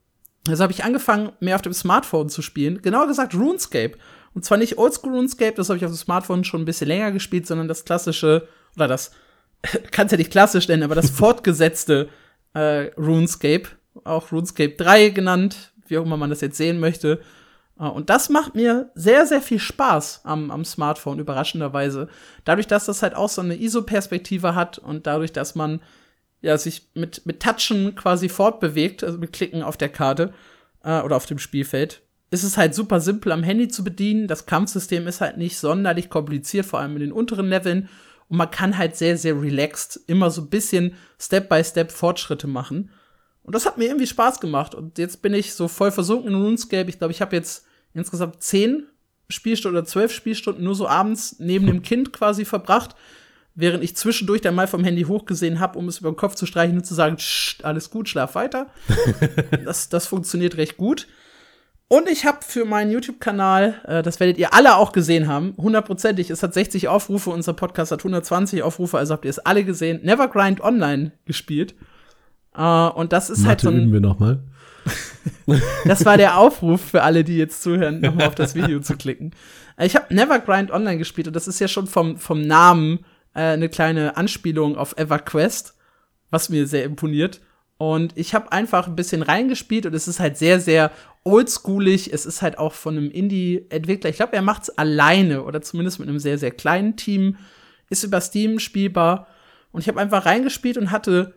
Also habe ich angefangen, mehr auf dem Smartphone zu spielen. Genauer gesagt RuneScape. Und zwar nicht Oldschool RuneScape, das habe ich auf dem Smartphone schon ein bisschen länger gespielt, sondern das klassische, oder das, kannst ja nicht klassisch nennen, aber das fortgesetzte äh, RuneScape. Auch RuneScape drei genannt, wie auch immer man das jetzt sehen möchte. Und das macht mir sehr, sehr viel Spaß am, am Smartphone, überraschenderweise. Dadurch, dass das halt auch so eine I S O-Perspektive hat und dadurch, dass man ja sich mit, mit Touchen quasi fortbewegt, also mit Klicken auf der Karte äh, oder auf dem Spielfeld, ist es halt super simpel am Handy zu bedienen. Das Kampfsystem ist halt nicht sonderlich kompliziert, vor allem in den unteren Leveln. Und man kann halt sehr, sehr relaxed immer so ein bisschen Step-by-Step Fortschritte machen. Und das hat mir irgendwie Spaß gemacht. Und jetzt bin ich so voll versunken in RuneScape. Ich glaube, ich habe jetzt insgesamt zehn Spielstunden oder zwölf Spielstunden nur so abends neben dem Kind quasi verbracht, während ich zwischendurch dann mal vom Handy hochgesehen habe, um es über den Kopf zu streichen und zu sagen, alles gut, schlaf weiter. das, das funktioniert recht gut. Und ich habe für meinen YouTube-Kanal, äh, das werdet ihr alle auch gesehen haben, hundertprozentig, es hat sechzig Aufrufe, unser Podcast hat hundertzwanzig Aufrufe, also habt ihr es alle gesehen, Nevergrind Online gespielt. Uh, und das ist Mathe halt so ein, üben wir noch mal. Das war der Aufruf für alle, die jetzt zuhören, nochmal auf das Video zu klicken. Ich habe Nevergrind Online gespielt und das ist ja schon vom, vom Namen äh, eine kleine Anspielung auf EverQuest, was mir sehr imponiert. Und ich habe einfach ein bisschen reingespielt und es ist halt sehr, sehr oldschoolig. Es ist halt auch von einem Indie-Entwickler. Ich glaube, er macht's alleine oder zumindest mit einem sehr, sehr kleinen Team. Ist über Steam spielbar. Und ich habe einfach reingespielt und hatte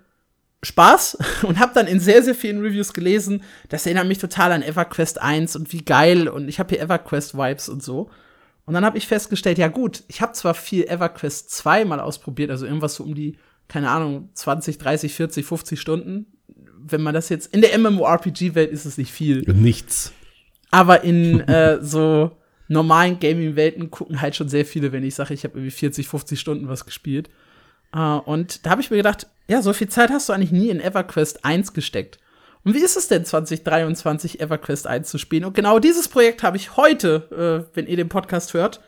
Spaß und habe dann in sehr, sehr vielen Reviews gelesen, das erinnert mich total an EverQuest eins und wie geil und ich habe hier EverQuest-Vibes und so. Und dann habe ich festgestellt, ja gut, ich habe zwar viel EverQuest zwei mal ausprobiert, also irgendwas so um die, keine Ahnung, zwanzig, dreißig, vierzig, fünfzig Stunden. Wenn man das jetzt, in der MMORPG-Welt ist es nicht viel. Nichts. Aber in äh, so normalen Gaming-Welten gucken halt schon sehr viele, wenn ich sage, ich habe irgendwie vierzig, fünfzig Stunden was gespielt. Uh, und da habe ich mir gedacht, ja, so viel Zeit hast du eigentlich nie in EverQuest eins gesteckt. Und wie ist es denn, zwanzig dreiundzwanzig EverQuest eins zu spielen? Und genau dieses Projekt habe ich heute, äh, wenn ihr den Podcast hört,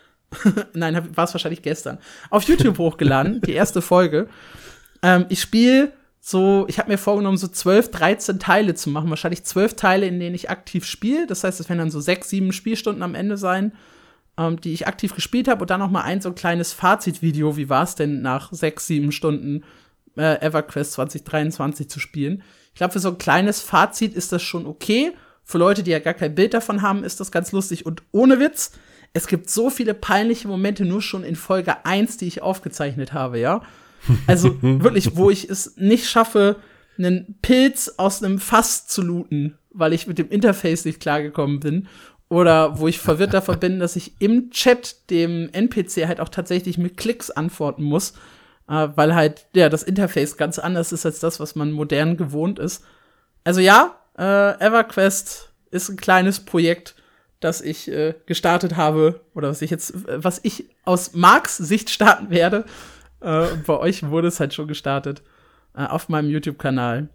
nein, war es wahrscheinlich gestern, auf YouTube hochgeladen, die erste Folge. Ähm, ich spiele so, ich habe mir vorgenommen, so zwölf, dreizehn Teile zu machen. Wahrscheinlich zwölf Teile, in denen ich aktiv spiele. Das heißt, es werden dann so sechs, sieben Spielstunden am Ende sein, die ich aktiv gespielt habe und dann noch mal ein so ein kleines Fazitvideo, wie war es denn nach sechs, sieben Stunden äh, EverQuest zwanzig dreiundzwanzig zu spielen. Ich glaube, für so ein kleines Fazit ist das schon okay. Für Leute, die ja gar kein Bild davon haben, ist das ganz lustig. Und ohne Witz, es gibt so viele peinliche Momente nur schon in Folge eins, die ich aufgezeichnet habe, ja. Also wirklich, wo ich es nicht schaffe, einen Pilz aus einem Fass zu looten, weil ich mit dem Interface nicht klargekommen bin. Oder wo ich verwirrt davon bin, dass ich im Chat dem N P C halt auch tatsächlich mit Klicks antworten muss, äh, weil halt ja das Interface ganz anders ist als das, was man modern gewohnt ist. Also ja, äh, EverQuest ist ein kleines Projekt, das ich äh, gestartet habe oder was ich jetzt, was ich aus Marks Sicht starten werde. Äh, und bei euch wurde es halt schon gestartet äh, auf meinem YouTube-Kanal.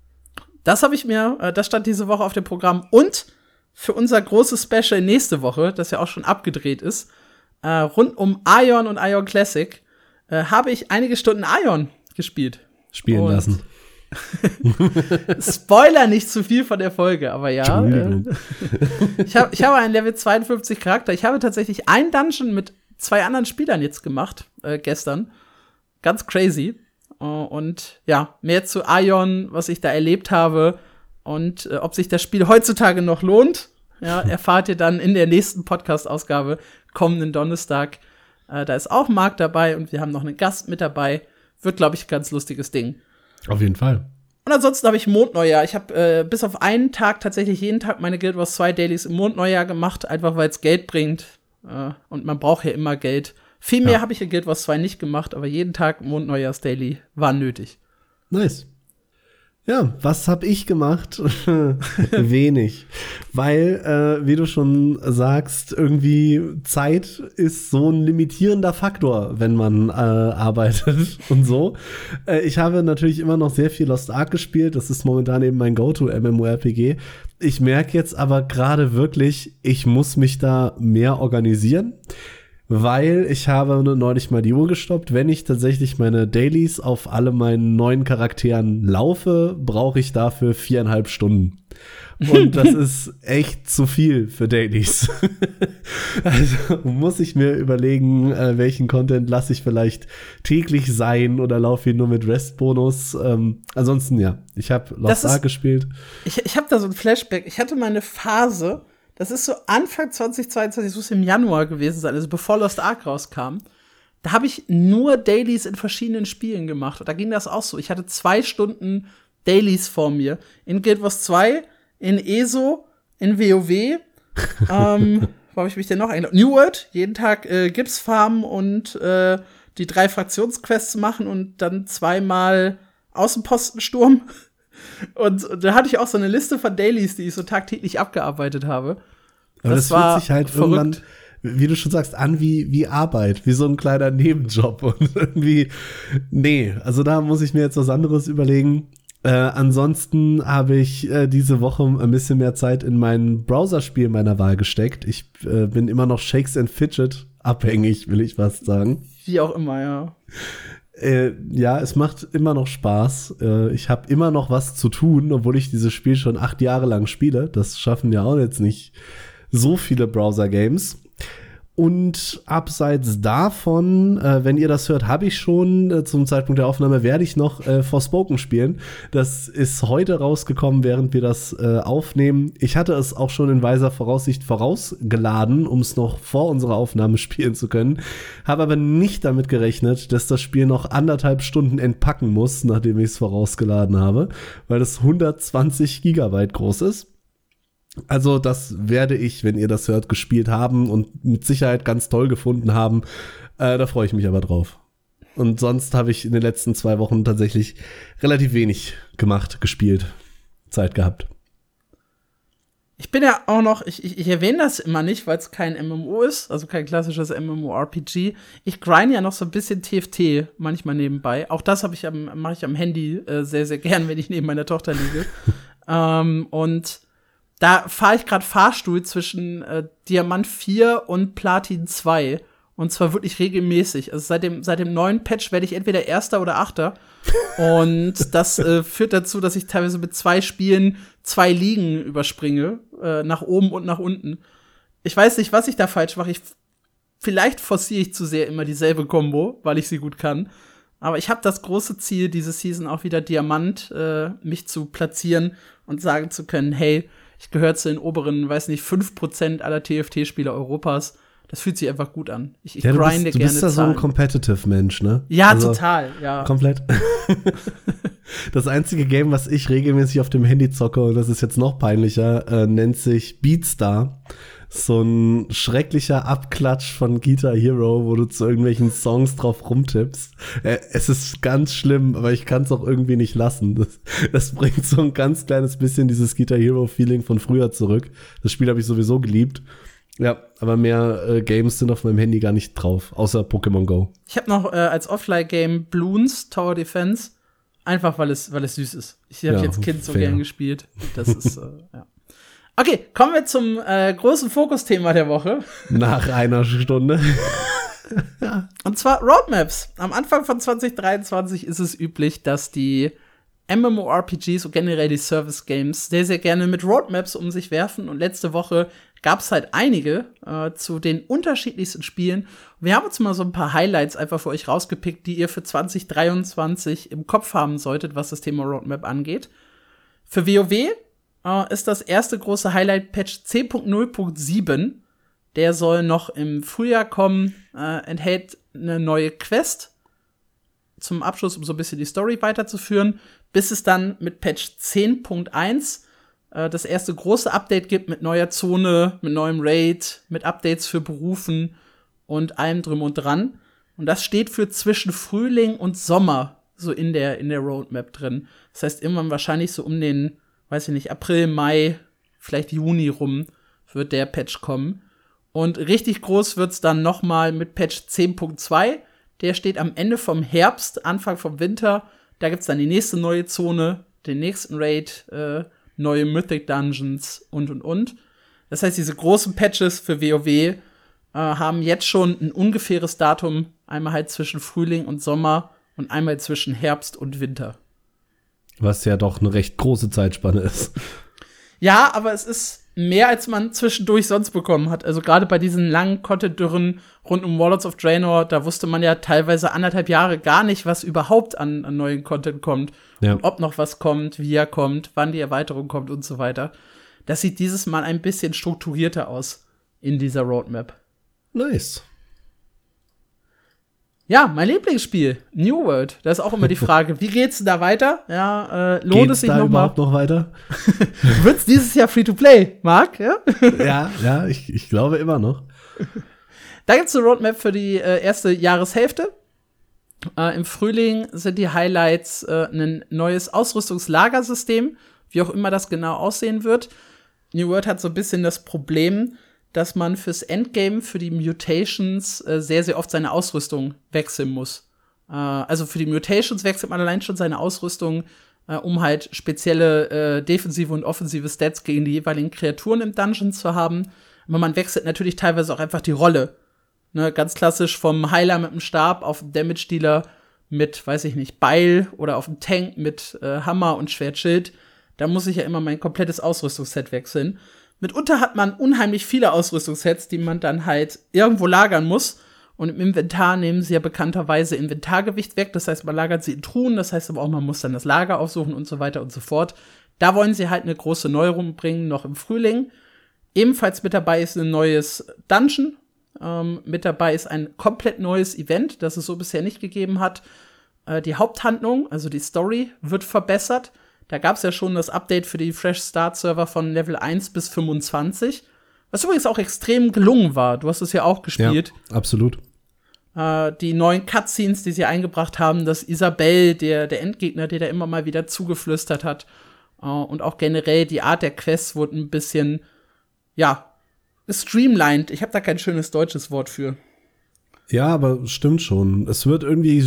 Das habe ich mir, äh, das stand diese Woche auf dem Programm und für unser großes Special nächste Woche, das ja auch schon abgedreht ist, äh, rund um Aion und Aion Classic, äh, habe ich einige Stunden Aion gespielt. Spielen und lassen. Spoiler nicht zu viel von der Folge, aber ja. Äh, ich, hab, ich habe einen Level zweiundfünfzig Charakter. Ich habe tatsächlich einen Dungeon mit zwei anderen Spielern jetzt gemacht, äh, gestern. Ganz crazy. Uh, und ja, mehr zu Aion, was ich da erlebt habe. Und äh, ob sich das Spiel heutzutage noch lohnt, ja, erfahrt ihr dann in der nächsten Podcast-Ausgabe kommenden Donnerstag. Äh, da ist auch Marc dabei und wir haben noch einen Gast mit dabei. Wird, glaube ich, ein ganz lustiges Ding. Auf jeden Fall. Und ansonsten habe ich Mondneujahr. Ich habe äh, bis auf einen Tag tatsächlich jeden Tag meine Guild Wars zwei Dailies im Mondneujahr gemacht, einfach weil es Geld bringt. Äh, und man braucht ja immer Geld. Viel mehr ja. habe ich in Guild Wars zwei nicht gemacht, aber jeden Tag Mondneujahrs-Daily war nötig. Nice. Ja, was habe ich gemacht? Wenig. Weil, äh, wie du schon sagst, irgendwie Zeit ist so ein limitierender Faktor, wenn man äh, arbeitet und so. Äh, ich habe natürlich immer noch sehr viel Lost Ark gespielt. Das ist momentan eben mein Go-To-MMORPG. Ich merke jetzt aber gerade wirklich, ich muss mich da mehr organisieren. weil ich habe neulich mal die Uhr gestoppt. Wenn ich tatsächlich meine Dailies auf alle meinen neuen Charakteren laufe, brauche ich dafür viereinhalb Stunden. Und das ist echt zu viel für Dailies. Also muss ich mir überlegen, äh, welchen Content lasse ich vielleicht täglich sein oder laufe ihn nur mit Rest-Bonus. Ähm, ansonsten, ja, ich habe Lost Ark gespielt. Ich, ich habe da so ein Flashback. Ich hatte mal eine Phase, das ist so Anfang zwanzig zweiundzwanzig, das muss im Januar gewesen sein, also bevor Lost Ark rauskam. Da habe ich nur Dailies in verschiedenen Spielen gemacht. Und da ging das auch so. Ich hatte zwei Stunden Dailies vor mir. In Guild Wars zwei, in E S O, in WoW. ähm, wo habe ich mich denn noch eingeloggt? New World, jeden Tag äh, Gips farmen und äh, die drei Fraktionsquests machen und dann zweimal Außenpostensturm. Und, und da hatte ich auch so eine Liste von Dailies, die ich so tagtäglich abgearbeitet habe. Aber das, das war fühlt sich halt verrückt. Irgendwann, wie du schon sagst, an wie, wie Arbeit, wie so ein kleiner Nebenjob. Und irgendwie, nee, also da muss ich mir jetzt was anderes überlegen. Äh, ansonsten habe ich äh, diese Woche ein bisschen mehr Zeit in mein Browserspiel meiner Wahl gesteckt. Ich äh, bin immer noch Shakes and Fidget abhängig, will ich fast sagen. Wie auch immer, ja. Äh, ja, es macht immer noch Spaß. Äh, ich habe immer noch was zu tun, obwohl ich dieses Spiel schon acht Jahre lang spiele. Das schaffen ja auch jetzt nicht so viele Browser-Games. Und abseits davon, äh, wenn ihr das hört, habe ich schon äh, zum Zeitpunkt der Aufnahme, werde ich noch äh, Forspoken spielen. Das ist heute rausgekommen, während wir das äh, aufnehmen. Ich hatte es auch schon in weiser Voraussicht vorausgeladen, um es noch vor unserer Aufnahme spielen zu können. Habe aber nicht damit gerechnet, dass das Spiel noch anderthalb Stunden entpacken muss, nachdem ich es vorausgeladen habe, weil es hundertzwanzig Gigabyte groß ist. Also das werde ich, wenn ihr das hört, gespielt haben und mit Sicherheit ganz toll gefunden haben. Äh, da freue ich mich aber drauf. Und sonst habe ich in den letzten zwei Wochen tatsächlich relativ wenig gemacht, gespielt, Zeit gehabt. Ich bin ja auch noch, ich, ich, ich erwähne das immer nicht, weil es kein M M O ist, also kein klassisches MMORPG. Ich grind ja noch so ein bisschen T F T manchmal nebenbei. Auch das habe ich am, mache ich am Handy äh, sehr, sehr gern, wenn ich neben meiner Tochter liege. ähm, und Da fahre ich gerade Fahrstuhl zwischen äh, Diamant vier und Platin zwei. Und zwar wirklich regelmäßig. Also seit dem, seit dem neuen Patch werde ich entweder Erster oder Achter. Und das äh, führt dazu, dass ich teilweise mit zwei Spielen zwei Ligen überspringe. Äh, nach oben und nach unten. Ich weiß nicht, was ich da falsch mache. Ich, vielleicht forciere ich zu sehr immer dieselbe Combo, weil ich sie gut kann. Aber ich habe das große Ziel, diese Season auch wieder Diamant äh, mich zu platzieren und sagen zu können, hey, ich gehöre zu den oberen, weiß nicht, fünf Prozent aller T F T-Spieler Europas. Das fühlt sich einfach gut an. Ich, ich ja, du grinde bist, du gerne bist da so ein Competitive-Mensch, ne? Ja, also, total, ja. Komplett. Das einzige Game, was ich regelmäßig auf dem Handy zocke, und das ist jetzt noch peinlicher, äh, nennt sich Beatstar. So ein schrecklicher Abklatsch von Guitar Hero, wo du zu irgendwelchen Songs drauf rumtippst. Äh, es ist ganz schlimm, aber ich kann es auch irgendwie nicht lassen. Das, das bringt so ein ganz kleines bisschen dieses Guitar Hero-Feeling von früher zurück. Das Spiel habe ich sowieso geliebt. Ja, aber mehr äh, Games sind auf meinem Handy gar nicht drauf, außer Pokémon Go. Ich habe noch äh, als Offline-Game Bloons Tower Defense, einfach weil es, weil es süß ist. Ich habe ja, als Kind so gern gespielt. Das ist, äh, ja. Okay, kommen wir zum äh, großen Fokusthema der Woche. Nach einer Stunde. Und zwar Roadmaps. Am Anfang von zwanzig dreiundzwanzig ist es üblich, dass die MMORPGs und generell die Service-Games sehr, sehr gerne mit Roadmaps um sich werfen. Und letzte Woche gab es halt einige äh, zu den unterschiedlichsten Spielen. Und wir haben uns mal so ein paar Highlights einfach für euch rausgepickt, die ihr für zwanzig dreiundzwanzig im Kopf haben solltet, was das Thema Roadmap angeht. Für WoW Uh, ist das erste große Highlight-Patch zehn Punkt null Punkt sieben. Der soll noch im Frühjahr kommen, uh, enthält eine neue Quest zum Abschluss, um so ein bisschen die Story weiterzuführen, bis es dann mit Patch zehn Punkt eins uh, das erste große Update gibt mit neuer Zone, mit neuem Raid, mit Updates für Berufen und allem drum und dran. Und das steht für zwischen Frühling und Sommer so in der, in der Roadmap drin. Das heißt, irgendwann wahrscheinlich so um den weiß ich nicht, April, Mai, vielleicht Juni rum wird der Patch kommen. Und richtig groß wird's dann noch mal mit Patch zehn Punkt zwei. Der steht am Ende vom Herbst, Anfang vom Winter. Da gibt's dann die nächste neue Zone, den nächsten Raid, äh, neue Mythic Dungeons und, und, und. Das heißt, diese großen Patches für WoW äh, haben jetzt schon ein ungefähres Datum, einmal halt zwischen Frühling und Sommer und einmal zwischen Herbst und Winter. Was ja doch eine recht große Zeitspanne ist. Ja, aber es ist mehr, als man zwischendurch sonst bekommen hat. Also gerade bei diesen langen Content-Dürren rund um Warlords of Draenor, da wusste man ja teilweise anderthalb Jahre gar nicht, was überhaupt an, an neuen Content kommt. Ja. Und ob noch was kommt, wie er kommt, wann die Erweiterung kommt und so weiter. Das sieht dieses Mal ein bisschen strukturierter aus in dieser Roadmap. Nice. Ja, mein Lieblingsspiel, New World. Da ist auch immer die Frage, wie geht's denn da weiter? Ja, äh, lohnt geht's es sich da noch überhaupt mal? noch weiter? Wird's dieses Jahr Free-to-Play, Marc? Ja, ja, ja ich, ich glaube immer noch. Da gibt's eine Roadmap für die äh, erste Jahreshälfte. Äh, Im Frühling sind die Highlights äh, ein neues Ausrüstungslagersystem, wie auch immer das genau aussehen wird. New World hat so ein bisschen das Problem, dass man fürs Endgame, für die Mutations äh, sehr, sehr oft seine Ausrüstung wechseln muss. Äh, also für die Mutations wechselt man allein schon seine Ausrüstung, äh, um halt spezielle äh, defensive und offensive Stats gegen die jeweiligen Kreaturen im Dungeon zu haben. Aber man wechselt natürlich teilweise auch einfach die Rolle. Ne, ganz klassisch vom Heiler mit dem Stab auf den Damage-Dealer mit, weiß ich nicht, Beil oder auf den Tank mit äh, Hammer und Schwertschild. Da muss ich ja immer mein komplettes Ausrüstungsset wechseln. Mitunter hat man unheimlich viele Ausrüstungssets, die man dann halt irgendwo lagern muss. Und im Inventar nehmen sie ja bekannterweise Inventargewicht weg. Das heißt, man lagert sie in Truhen. Das heißt aber auch, man muss dann das Lager aufsuchen und so weiter und so fort. Da wollen sie halt eine große Neuerung bringen, noch im Frühling. Ebenfalls mit dabei ist ein neues Dungeon. Ähm, mit dabei ist ein komplett neues Event, das es so bisher nicht gegeben hat. Äh, die Haupthandlung, also die Story, wird verbessert. Da gab es ja schon das Update für die Fresh Start Server von Level eins bis fünfundzwanzig, was übrigens auch extrem gelungen war. Du hast es ja auch gespielt. Ja, absolut. Äh, die neuen Cutscenes, die sie eingebracht haben, dass Isabel, der, der Endgegner, der da immer mal wieder zugeflüstert hat, äh, und auch generell die Art der Quests wurde ein bisschen, ja, streamlined. Ich habe da kein schönes deutsches Wort für. Ja, aber stimmt schon. Es wird irgendwie,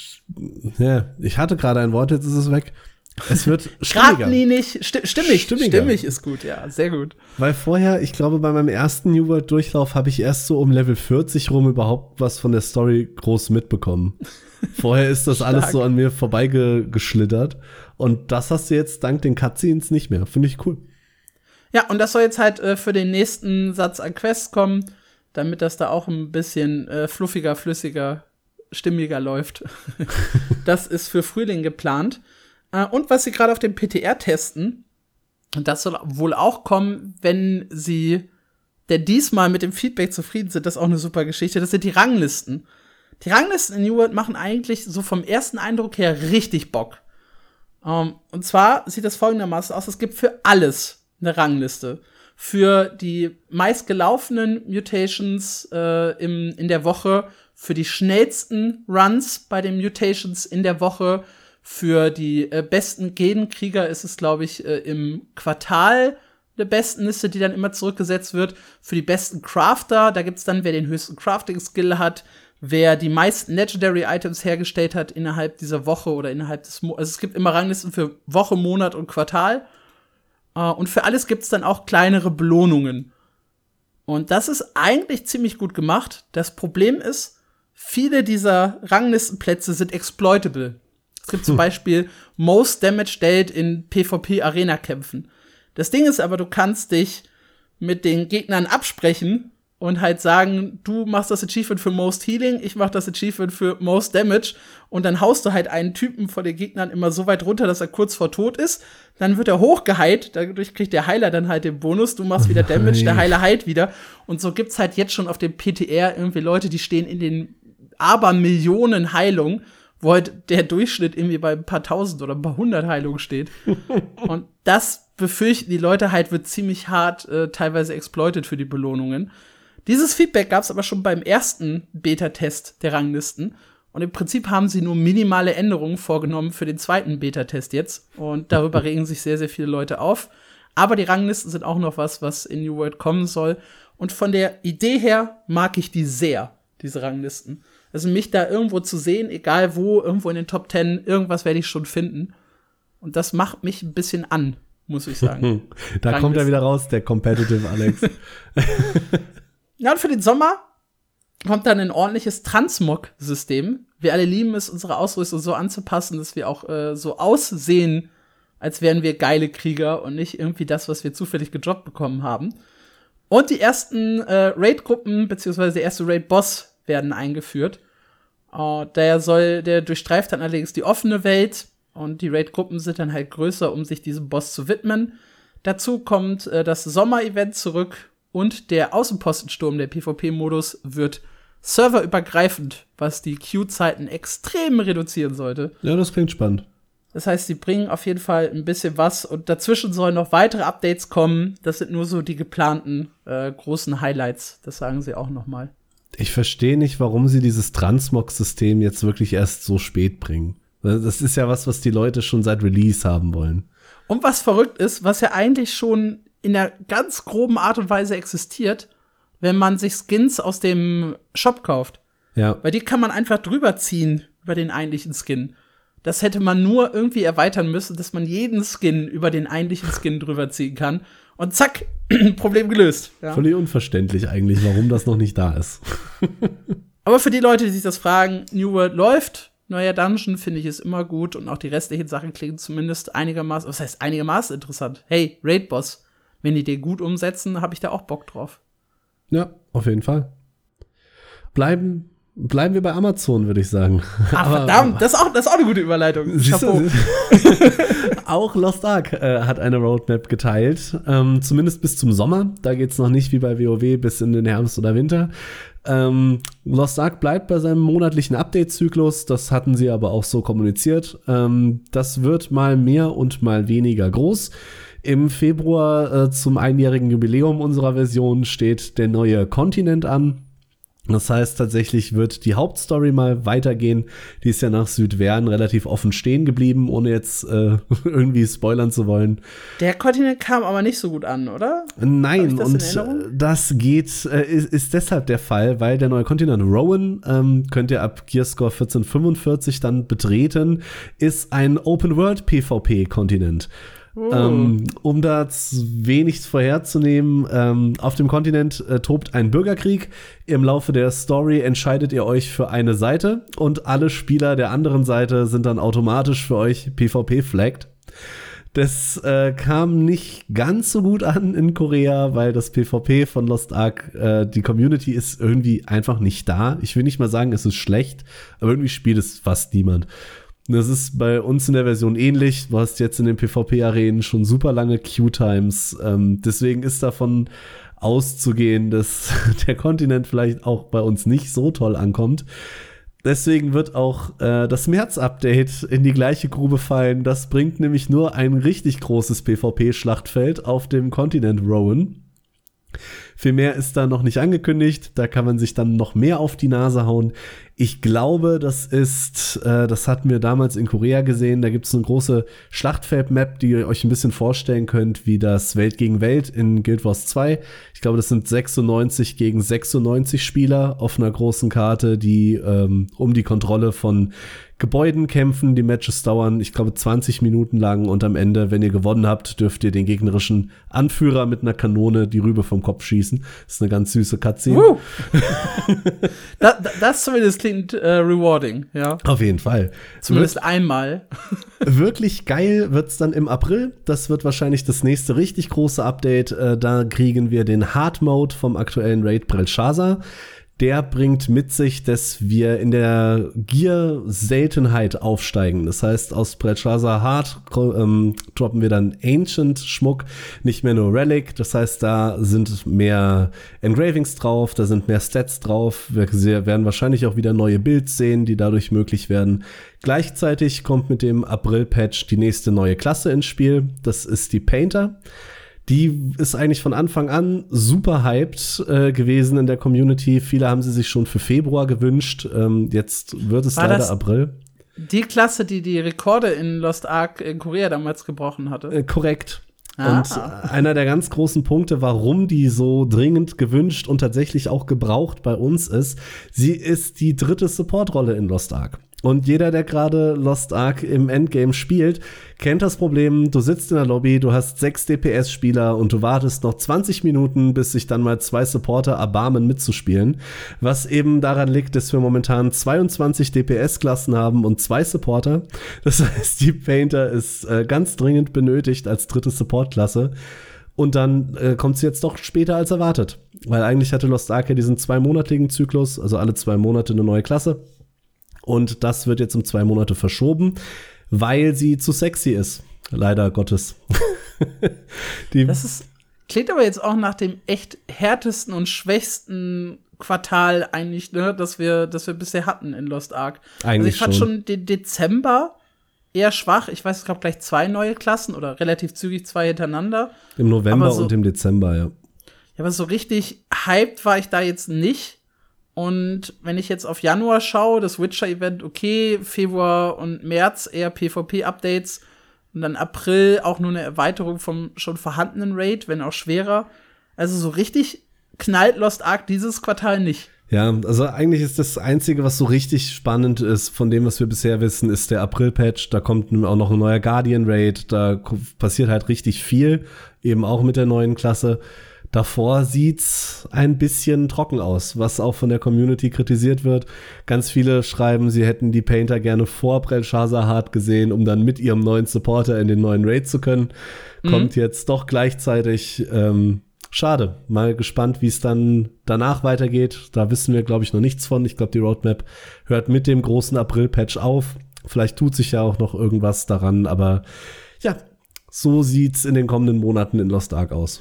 ja, ich hatte gerade ein Wort, jetzt ist es weg. Es wird stimmiger. Geradlinig, sti- stimmig, stimmiger. Stimmig ist gut, ja, sehr gut. Weil vorher, ich glaube, bei meinem ersten New World-Durchlauf habe ich erst so um Level vierzig rum überhaupt was von der Story groß mitbekommen. Vorher ist das alles so an mir vorbeigeschlittert. Und das hast du jetzt dank den Cutscenes nicht mehr. Finde ich cool. Ja, und das soll jetzt halt äh, für den nächsten Satz an Quests kommen, damit das da auch ein bisschen äh, fluffiger, flüssiger, stimmiger läuft. Das ist für Frühling geplant. Und was sie gerade auf dem P T R testen, und das soll wohl auch kommen, wenn sie denn diesmal mit dem Feedback zufrieden sind, das ist auch eine super Geschichte, das sind die Ranglisten. Die Ranglisten in New World machen eigentlich so vom ersten Eindruck her richtig Bock. Um, und zwar sieht das folgendermaßen aus, es gibt für alles eine Rangliste. Für die meistgelaufenen Mutations äh, im, in der Woche, für die schnellsten Runs bei den Mutations in der Woche, für die äh, besten Gildenkrieger ist es, glaube ich, äh, im Quartal eine Bestenliste, die dann immer zurückgesetzt wird. Für die besten Crafter, da gibt's dann, wer den höchsten Crafting-Skill hat, wer die meisten Legendary-Items hergestellt hat innerhalb dieser Woche oder innerhalb des Monats. Also es gibt immer Ranglisten für Woche, Monat und Quartal. Uh, und für alles gibt's dann auch kleinere Belohnungen. Und das ist eigentlich ziemlich gut gemacht. Das Problem ist, viele dieser Ranglistenplätze sind exploitable. Es gibt zum hm. Beispiel Most Damage dealt in PvP-Arena-Kämpfen. Das Ding ist aber, du kannst dich mit den Gegnern absprechen und halt sagen, du machst das Achievement für Most Healing, ich mach das Achievement für Most Damage. Und dann haust du halt einen Typen von den Gegnern immer so weit runter, dass er kurz vor Tod ist. Dann wird er hochgeheilt, dadurch kriegt der Heiler dann halt den Bonus. Du machst wieder Damage, der Heiler heilt wieder. Und so gibt's halt jetzt schon auf dem P T R irgendwie Leute, die stehen in den Abermillionen Heilungen, wo halt der Durchschnitt irgendwie bei ein paar tausend oder ein paar hundert Heilungen steht. Und das befürchten die Leute halt, wird ziemlich hart äh, teilweise exploited für die Belohnungen. Dieses Feedback gab es aber schon beim ersten Beta-Test der Ranglisten. Und im Prinzip haben sie nur minimale Änderungen vorgenommen für den zweiten Beta-Test jetzt. Und darüber regen sich sehr, sehr viele Leute auf. Aber die Ranglisten sind auch noch was, was in New World kommen soll. Und von der Idee her mag ich die sehr, diese Ranglisten. Also mich da irgendwo zu sehen, egal wo, irgendwo in den Top Ten, irgendwas werde ich schon finden. Und das macht mich ein bisschen an, muss ich sagen. Da kommt er wieder raus, der Competitive Alex. Ja, und für den Sommer kommt dann ein ordentches Transmog-System. Wir alle lieben es, unsere Ausrüstung so anzupassen, dass wir auch äh, so aussehen, als wären wir geile Krieger und nicht irgendwie das, was wir zufällig gedroppt bekommen haben. Und die ersten äh, Raid-Gruppen, beziehungsweise der erste Raid-Boss werden eingeführt. Uh, der soll, der durchstreift dann allerdings die offene Welt und die Raid-Gruppen sind dann halt größer, um sich diesem Boss zu widmen. Dazu kommt äh, das Sommer-Event zurück und der Außenpostensturm, der PvP-Modus, wird serverübergreifend, was die Queue-Zeiten extrem reduzieren sollte. Ja, das klingt spannend. Das heißt, sie bringen auf jeden Fall ein bisschen was und dazwischen sollen noch weitere Updates kommen. Das sind nur so die geplanten äh, großen Highlights. Das sagen sie auch noch mal. Ich verstehe nicht, warum sie dieses Transmog-System jetzt wirklich erst so spät bringen. Das ist ja was, was die Leute schon seit Release haben wollen. Und was verrückt ist, was ja eigentlich schon in der ganz groben Art und Weise existiert, wenn man sich Skins aus dem Shop kauft. Ja. Weil die kann man einfach drüber ziehen über den eigentlichen Skin. Das hätte man nur irgendwie erweitern müssen, dass man jeden Skin über den eigentlichen Skin drüber ziehen kann. Und zack, Problem gelöst. Ja. Völlig unverständlich eigentlich, warum das noch nicht da ist. Aber für die Leute, die sich das fragen, New World läuft. Neuer Dungeon finde ich es immer gut. Und auch die restlichen Sachen klingen zumindest einigermaßen, was heißt einigermaßen interessant. Hey, Raid-Boss, wenn die den gut umsetzen, habe ich da auch Bock drauf. Ja, auf jeden Fall. Bleiben, bleiben wir bei Amazon, würde ich sagen. Ach, aber, verdammt, das ist, auch, das ist auch eine gute Überleitung. Chapeau. Auch Lost Ark äh, hat eine Roadmap geteilt, ähm, zumindest bis zum Sommer. Da geht's noch nicht wie bei WoW bis in den Herbst oder Winter. Ähm, Lost Ark bleibt bei seinem monatlichen Update-Zyklus, das hatten sie aber auch so kommuniziert. Ähm, das wird mal mehr und mal weniger groß. Im Februar äh, zum einjährigen Jubiläum unserer Version steht der neue Kontinent an. Das heißt, tatsächlich wird die Hauptstory mal weitergehen. Die ist ja nach Südvern relativ offen stehen geblieben, ohne jetzt äh, irgendwie spoilern zu wollen. Der Kontinent kam aber nicht so gut an, oder? Nein, das und das geht, äh, ist, ist deshalb der Fall, weil der neue Kontinent Rowan, ähm, könnt ihr ab Gearscore vierzehn fünfundvierzig dann betreten, ist ein Open-World-PvP-Kontinent. Oh. Ähm, um da wenig vorherzunehmen, ähm, auf dem Kontinent äh, tobt ein Bürgerkrieg. Im Laufe der Story entscheidet ihr euch für eine Seite und alle Spieler der anderen Seite sind dann automatisch für euch PvP-flagged. Das äh, kam nicht ganz so gut an in Korea, weil das PvP von Lost Ark, äh, die Community ist irgendwie einfach nicht da. Ich will nicht mal sagen, es ist schlecht, aber irgendwie spielt es fast niemand. Das ist bei uns in der Version ähnlich. Du hast jetzt in den PvP-Arenen schon super lange Queue-Times. Ähm, deswegen ist davon auszugehen, dass der Kontinent vielleicht auch bei uns nicht so toll ankommt. Deswegen wird auch äh, das März-Update in die gleiche Grube fallen. Das bringt nämlich nur ein richtig großes PvP-Schlachtfeld auf dem Kontinent Rowan. Viel mehr ist da noch nicht angekündigt. Da kann man sich dann noch mehr auf die Nase hauen. Ich glaube, das ist, äh, das hatten wir damals in Korea gesehen. Da gibt es eine große Schlachtfeld-Map, die ihr euch ein bisschen vorstellen könnt, wie das Welt gegen Welt in Guild Wars zwei. Ich glaube, das sind sechsundneunzig gegen sechsundneunzig Spieler auf einer großen Karte, die ähm, um die Kontrolle von Gebäuden kämpfen. Die Matches dauern, ich glaube, zwanzig Minuten lang und am Ende, wenn ihr gewonnen habt, dürft ihr den gegnerischen Anführer mit einer Kanone die Rübe vom Kopf schießen. Das ist eine ganz süße Cutscene. Uh. das, das zumindest klingt äh, rewarding, ja. Auf jeden Fall. Zumindest Wird einmal. Wirklich geil wird's dann im April. Das wird wahrscheinlich das nächste richtig große Update. Äh, da kriegen wir den Hard Mode vom aktuellen Raid Belshazzar. Der bringt mit sich, dass wir in der Gear-Seltenheit aufsteigen. Das heißt, aus Belshazzar Hard ähm, droppen wir dann Ancient-Schmuck, nicht mehr nur Relic. Das heißt, da sind mehr Engravings drauf, da sind mehr Stats drauf. Wir werden wahrscheinlich auch wieder neue Builds sehen, die dadurch möglich werden. Gleichzeitig kommt mit dem April-Patch die nächste neue Klasse ins Spiel. Das ist die Painter. Die ist eigentlich von Anfang an super hyped äh, gewesen in der Community. Viele haben sie sich schon für Februar gewünscht. Ähm, jetzt wird es War leider April. Die Klasse, die die Rekorde in Lost Ark in Korea damals gebrochen hatte. Äh, korrekt. Ah. Und äh, einer der ganz großen Punkte, warum die so dringend gewünscht und tatsächlich auch gebraucht bei uns ist, sie ist die dritte Supportrolle in Lost Ark. Und jeder, der gerade Lost Ark im Endgame spielt, kennt das Problem, du sitzt in der Lobby, du hast sechs D P S-Spieler und du wartest noch zwanzig Minuten, bis sich dann mal zwei Supporter erbarmen mitzuspielen. Was eben daran liegt, dass wir momentan zweiundzwanzig D P S-Klassen haben und zwei Supporter. Das heißt, die Painter ist äh, ganz dringend benötigt als dritte Support-Klasse. Und dann äh, kommt sie jetzt doch später als erwartet. Weil eigentlich hatte Lost Ark ja diesen zweimonatigen Zyklus, also alle zwei Monate eine neue Klasse. Und das wird jetzt um zwei Monate verschoben, weil sie zu sexy ist. Leider Gottes. Die das ist, klingt aber jetzt auch nach dem echt härtesten und schwächsten Quartal eigentlich, ne, das wir, das wir bisher hatten in Lost Ark. Eigentlich also ich fand schon. schon den Dezember eher schwach. Ich weiß, es gab gleich zwei neue Klassen oder relativ zügig zwei hintereinander. Im November so, und im Dezember, ja. Ja, aber so richtig hyped war ich da jetzt nicht. Und wenn ich jetzt auf Januar schaue, das Witcher-Event okay, Februar und März eher PvP-Updates und dann April auch nur eine Erweiterung vom schon vorhandenen Raid, wenn auch schwerer. Also so richtig knallt Lost Ark dieses Quartal nicht. Ja, also eigentlich ist das Einzige, was so richtig spannend ist von dem, was wir bisher wissen, ist der April-Patch. Da kommt auch noch ein neuer Guardian-Raid, da passiert halt richtig viel, eben auch mit der neuen Klasse. Davor sieht's ein bisschen trocken aus, was auch von der Community kritisiert wird. Ganz viele schreiben, sie hätten die Painter gerne vor Belshazzar gesehen, um dann mit ihrem neuen Supporter in den neuen Raid zu können. Mhm. Kommt jetzt doch gleichzeitig. Ähm, schade. Mal gespannt, wie es dann danach weitergeht. Da wissen wir, glaube ich, noch nichts von. Ich glaube, die Roadmap hört mit dem großen April-Patch auf. Vielleicht tut sich ja auch noch irgendwas daran, aber ja, so sieht's in den kommenden Monaten in Lost Ark aus.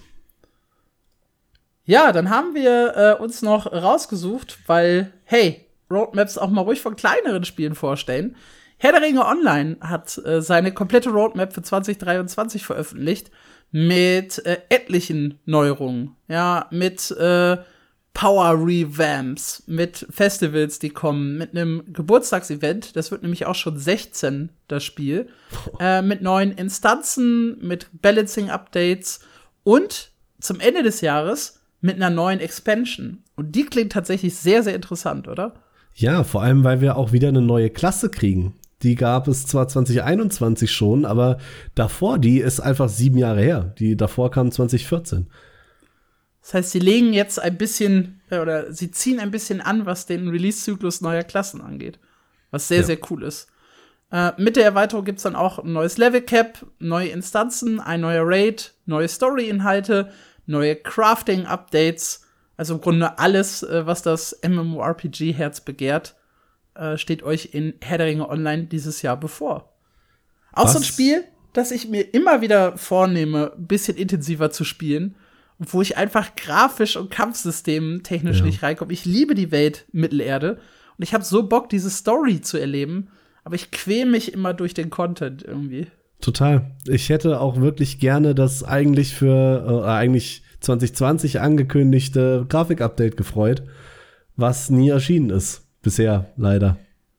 Ja, dann haben wir äh, uns noch rausgesucht, weil, hey, Roadmaps auch mal ruhig von kleineren Spielen vorstellen. Herr der Ringe Online hat äh, seine komplette Roadmap für zwanzig dreiundzwanzig veröffentlicht mit äh, etlichen Neuerungen. Ja, mit äh, Power-Revamps, mit Festivals, die kommen, mit einem Geburtstagsevent, das wird nämlich auch schon sechzehn, das Spiel, äh, mit neuen Instanzen, mit Balancing-Updates und zum Ende des Jahres mit einer neuen Expansion. Und die klingt tatsächlich sehr, sehr interessant, oder? Ja, vor allem, weil wir auch wieder eine neue Klasse kriegen. Die gab es zwar zwanzig einundzwanzig schon, aber davor, die ist einfach sieben Jahre her. Die davor kam zwanzig vierzehn. Das heißt, sie legen jetzt ein bisschen, oder sie ziehen ein bisschen an, was den Release-Zyklus neuer Klassen angeht. Was sehr, ja. sehr cool ist. Äh, mit der Erweiterung gibt's dann auch ein neues Level-Cap, neue Instanzen, ein neuer Raid, neue Story-Inhalte, neue Crafting-Updates, also im Grunde alles, äh, was das MMORPG-Herz begehrt, äh, steht euch in Herr der Ringe Online dieses Jahr bevor. Auch was? So ein Spiel, das ich mir immer wieder vornehme, ein bisschen intensiver zu spielen, und wo ich einfach grafisch und Kampfsystemen technisch ja. nicht reinkomme. Ich liebe die Welt Mittelerde und ich habe so Bock, diese Story zu erleben, aber ich quäle mich immer durch den Content irgendwie. Total. Ich hätte auch wirklich gerne das eigentlich für äh, eigentlich zwanzig zwanzig angekündigte Grafik-Update gefreut, was nie erschienen ist. Bisher, leider.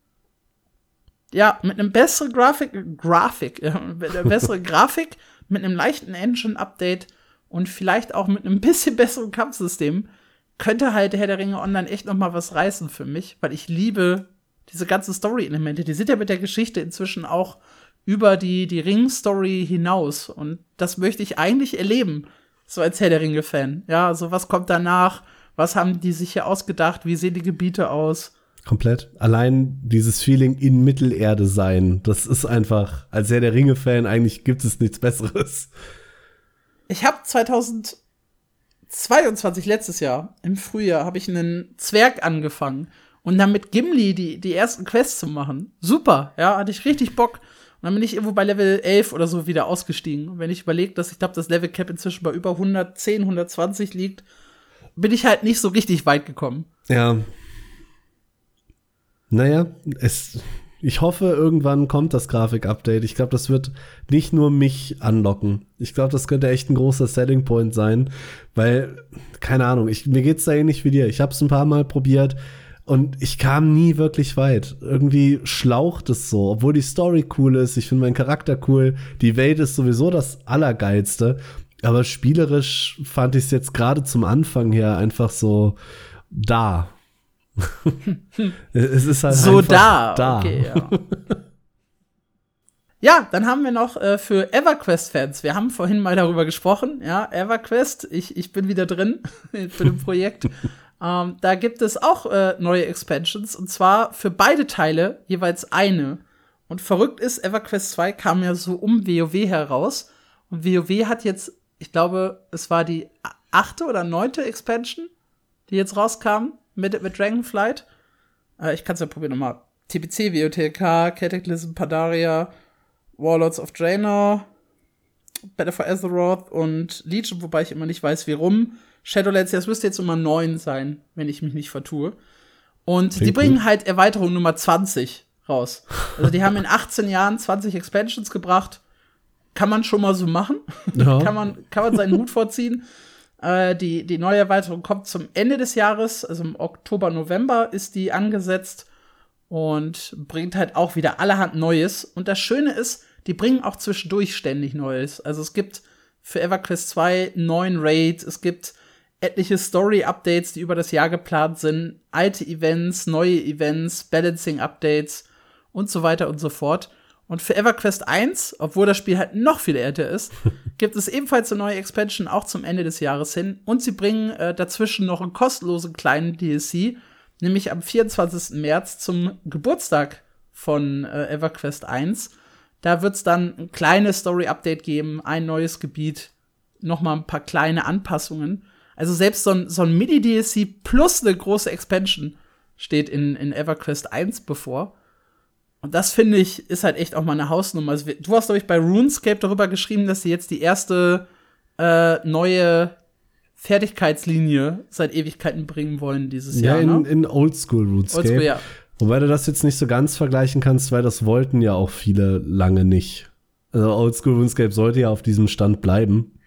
Ja, mit einem besseren Grafik, Grafik, ja, mit einer besseren Grafik, mit einem leichten Engine-Update und vielleicht auch mit einem bisschen besseren Kampfsystem könnte halt Herr der Ringe Online echt noch mal was reißen für mich, weil ich liebe diese ganzen Story-Elemente. Die sind ja mit der Geschichte inzwischen auch über die, die Ring-Story hinaus. Und das möchte ich eigentlich erleben, so als Herr der Ringe-Fan. Ja, so was kommt danach? Was haben die sich hier ausgedacht? Wie sehen die Gebiete aus? Komplett. Allein dieses Feeling in Mittelerde sein, das ist einfach, als Herr der Ringe-Fan, eigentlich gibt es nichts Besseres. Ich habe zwanzig zweiundzwanzig, letztes Jahr, im Frühjahr, habe ich einen Zwerg angefangen. Und dann mit Gimli die, die ersten Quests zu machen. Super, ja, hatte ich richtig Bock. Und dann bin ich irgendwo bei Level elf oder so wieder ausgestiegen. Und wenn ich überlege, dass ich glaube, das Level Cap inzwischen bei über hundertzehn, hundertzwanzig liegt, bin ich halt nicht so richtig weit gekommen. Ja. Naja, es, ich hoffe, irgendwann kommt das Grafik-Update. Ich glaube, das wird nicht nur mich anlocken. Ich glaube, das könnte echt ein großer Selling Point sein, weil, keine Ahnung, ich, mir geht's da ähnlich wie dir. Ich habe es ein paar Mal probiert und ich kam nie wirklich weit. Irgendwie schlaucht es so, obwohl die Story cool ist. Ich finde meinen Charakter cool. Die Welt ist sowieso das Allergeilste. Aber spielerisch fand ich es jetzt gerade zum Anfang her einfach so da. Es ist halt so einfach da. da. Okay, ja. Ja, dann haben wir noch äh, für EverQuest-Fans, wir haben vorhin mal darüber gesprochen, ja, EverQuest, ich, ich bin wieder drin für dem Projekt. ähm, da gibt es auch äh, neue Expansions, und zwar für beide Teile jeweils eine. Und verrückt ist, EverQuest zwei kam ja so um WoW heraus. Und WoW hat jetzt, ich glaube, es war die achte oder neunte Expansion, die jetzt rauskam mit, mit Dragonflight. Äh, ich kann es ja probieren nochmal. T B C, W O T K, Cataclysm, Pandaria, Warlords of Draenor, Battle for Azeroth und Legion, wobei ich immer nicht weiß, wie rum. Shadowlands, das müsste jetzt Nummer neun sein, wenn ich mich nicht vertue. Und Klingt die bringen gut. halt Erweiterung Nummer zwanzig raus. Also die haben in achtzehn Jahren zwanzig Expansions gebracht. Kann man schon mal so machen. Ja. kann, man, kann man seinen Hut vorziehen. Äh, die, die neue Erweiterung kommt zum Ende des Jahres, also im Oktober, November ist die angesetzt. Und bringt halt auch wieder allerhand Neues. Und das Schöne ist, die bringen auch zwischendurch ständig Neues. Also es gibt für EverQuest zwei neuen Raids, es gibt etliche Story-Updates, die über das Jahr geplant sind, alte Events, neue Events, Balancing-Updates und so weiter und so fort. Und für EverQuest eins, obwohl das Spiel halt noch viel älter ist, gibt es ebenfalls eine neue Expansion, auch zum Ende des Jahres hin. Und sie bringen äh, dazwischen noch einen kostenlosen kleinen D L C, nämlich am vierundzwanzigsten März zum Geburtstag von äh, EverQuest eins. Da wird es dann ein kleines Story-Update geben, ein neues Gebiet, noch mal ein paar kleine Anpassungen. Also selbst so ein, so ein Mini-D L C plus eine große Expansion steht in, in EverQuest eins bevor. Und das, finde ich, ist halt echt auch mal eine Hausnummer. Also, du hast, glaube ich, bei RuneScape darüber geschrieben, dass sie jetzt die erste äh, neue Fertigkeitslinie seit Ewigkeiten bringen wollen dieses ja, Jahr. Ja, in, ne? in Oldschool RuneScape. Oldschool, ja. Wobei du das jetzt nicht so ganz vergleichen kannst, weil das wollten ja auch viele lange nicht. Also Oldschool RuneScape sollte ja auf diesem Stand bleiben.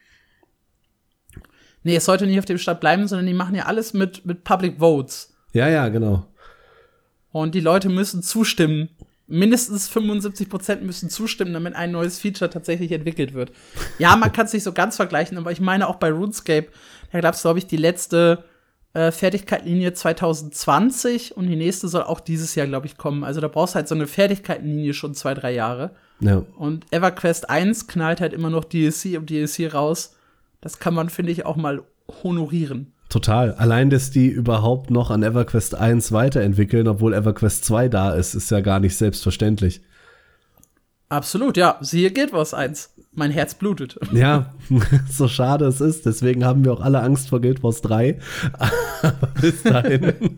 Nee, es sollte nicht auf dem Stand bleiben, sondern die machen ja alles mit, mit Public Votes. Ja, ja, genau. Und die Leute müssen zustimmen. Mindestens fünfundsiebzig Prozent müssen zustimmen, damit ein neues Feature tatsächlich entwickelt wird. Ja, man kann es nicht so ganz vergleichen, aber ich meine auch bei RuneScape, da gab es, glaube ich, die letzte äh, Fertigkeitenlinie zwanzig zwanzig und die nächste soll auch dieses Jahr, glaube ich, kommen. Also da brauchst du halt so eine Fertigkeitenlinie schon zwei, drei Jahre. Ja. Und EverQuest eins knallt halt immer noch D L C um D L C raus. Das kann man, finde ich, auch mal honorieren. Total. Allein, dass die überhaupt noch an EverQuest eins weiterentwickeln, obwohl EverQuest zwei da ist, ist ja gar nicht selbstverständlich. Absolut, ja. Siehe Guild Wars eins. Mein Herz blutet. Ja, so schade es ist. Deswegen haben wir auch alle Angst vor Guild Wars drei. Aber bis dahin.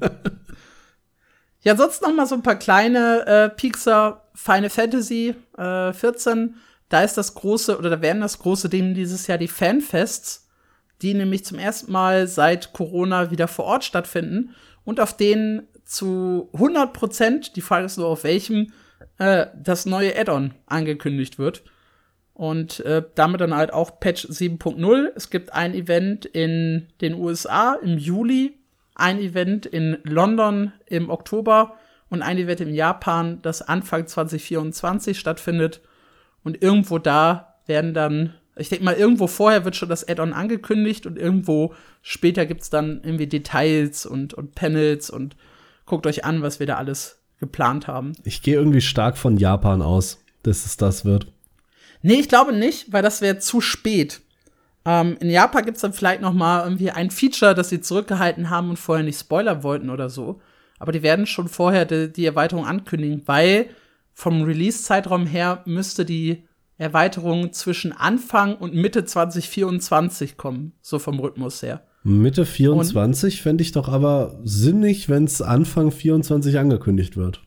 Ja, sonst noch mal so ein paar kleine äh, Piekser. Final Fantasy äh, vierzehn. Da ist das große, oder da werden das große Ding dieses Jahr die Fanfests, die nämlich zum ersten Mal seit Corona wieder vor Ort stattfinden und auf denen zu hundert Prozent, die Frage ist nur auf welchem, äh, das neue Add-on angekündigt wird. Und äh, damit dann halt auch Patch sieben Punkt null. Es gibt ein Event in den U S A im Juli, ein Event in London im Oktober und ein Event in Japan, das Anfang zwanzig vierundzwanzig stattfindet. Und irgendwo da werden dann, ich denke mal, irgendwo vorher wird schon das Add-on angekündigt und irgendwo später gibt's dann irgendwie Details und, und Panels und guckt euch an, was wir da alles geplant haben. Ich gehe irgendwie stark von Japan aus, dass es das wird. Nee, ich glaube nicht, weil das wäre zu spät. Ähm, in Japan gibt's dann vielleicht noch mal irgendwie ein Feature, das sie zurückgehalten haben und vorher nicht spoilern wollten oder so. Aber die werden schon vorher die, die Erweiterung ankündigen, weil vom Release-Zeitraum her müsste die Erweiterung zwischen Anfang und Mitte zwanzig vierundzwanzig kommen, so vom Rhythmus her. Mitte vierundzwanzig fände ich doch aber sinnig, wenn es Anfang vierundzwanzig angekündigt wird.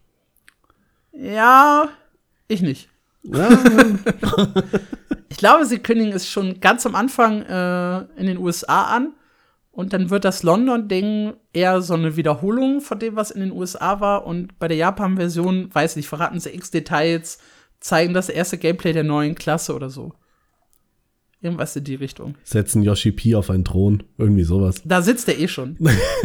Ja, ich nicht. Ja. Ich glaube, sie kündigen es schon ganz am Anfang äh, in den U S A an. Und dann wird das London-Ding eher so eine Wiederholung von dem, was in den U S A war. Und bei der Japan-Version, weiß nicht, verraten sie x Details, zeigen das erste Gameplay der neuen Klasse oder so. Irgendwas in die Richtung. Setzen Yoshi P auf einen Thron, irgendwie sowas. Da sitzt er eh schon.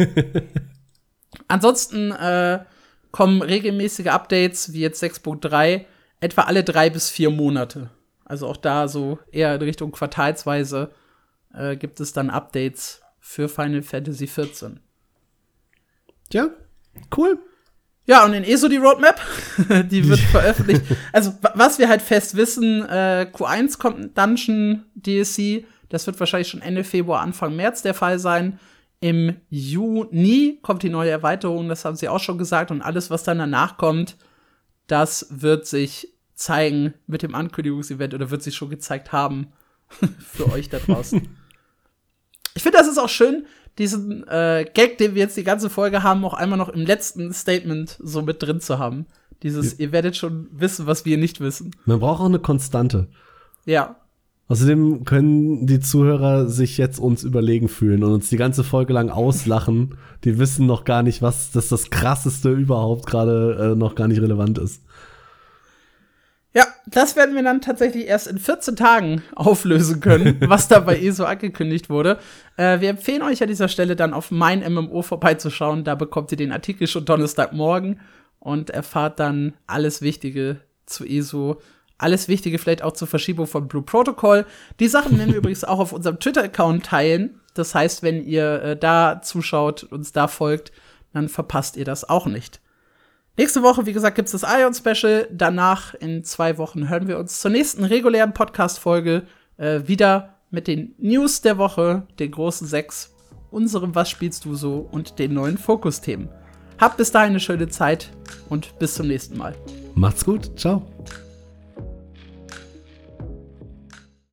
Ansonsten äh, kommen regelmäßige Updates, wie jetzt sechs Punkt drei, etwa alle drei bis vier Monate. Also auch da so eher in Richtung quartalsweise äh, gibt es dann Updates für Final Fantasy vierzehn. Ja, Cool. Ja, und in E S O die Roadmap, die wird veröffentlicht. Also, was wir halt fest wissen, äh, Q eins kommt ein Dungeon-D L C. Das wird wahrscheinlich schon Ende Februar, Anfang März der Fall sein. Im Juni kommt die neue Erweiterung, das haben sie auch schon gesagt. Und alles, was dann danach kommt, das wird sich zeigen mit dem Ankündigungsevent oder wird sich schon gezeigt haben für euch da draußen. Ich finde, das ist auch schön, diesen äh, Gag, den wir jetzt die ganze Folge haben, auch einmal noch im letzten Statement so mit drin zu haben. Dieses, ja. Ihr werdet schon wissen, was wir nicht wissen. Man braucht auch eine Konstante. Ja. Außerdem können die Zuhörer sich jetzt uns überlegen fühlen und uns die ganze Folge lang auslachen. Die wissen noch gar nicht, was das, das Krasseste überhaupt gerade äh, noch gar nicht relevant ist. Ja, das werden wir dann tatsächlich erst in vierzehn Tagen auflösen können, was da bei E S O angekündigt wurde. Äh, wir empfehlen euch an dieser Stelle dann auf mein M M O vorbeizuschauen. Da bekommt ihr den Artikel schon Donnerstagmorgen und erfahrt dann alles Wichtige zu E S O. Alles Wichtige vielleicht auch zur Verschiebung von Blue Protocol. Die Sachen werden wir übrigens auch auf unserem Twitter-Account teilen. Das heißt, wenn ihr äh, da zuschaut, uns da folgt, dann verpasst ihr das auch nicht. Nächste Woche, wie gesagt, gibt's das Ion-Special. Danach, in zwei Wochen, hören wir uns zur nächsten regulären Podcast-Folge äh, wieder mit den News der Woche, den großen sechs, unserem Was spielst du so und den neuen Fokusthemen. Habt bis dahin eine schöne Zeit und bis zum nächsten Mal. Macht's gut. Ciao.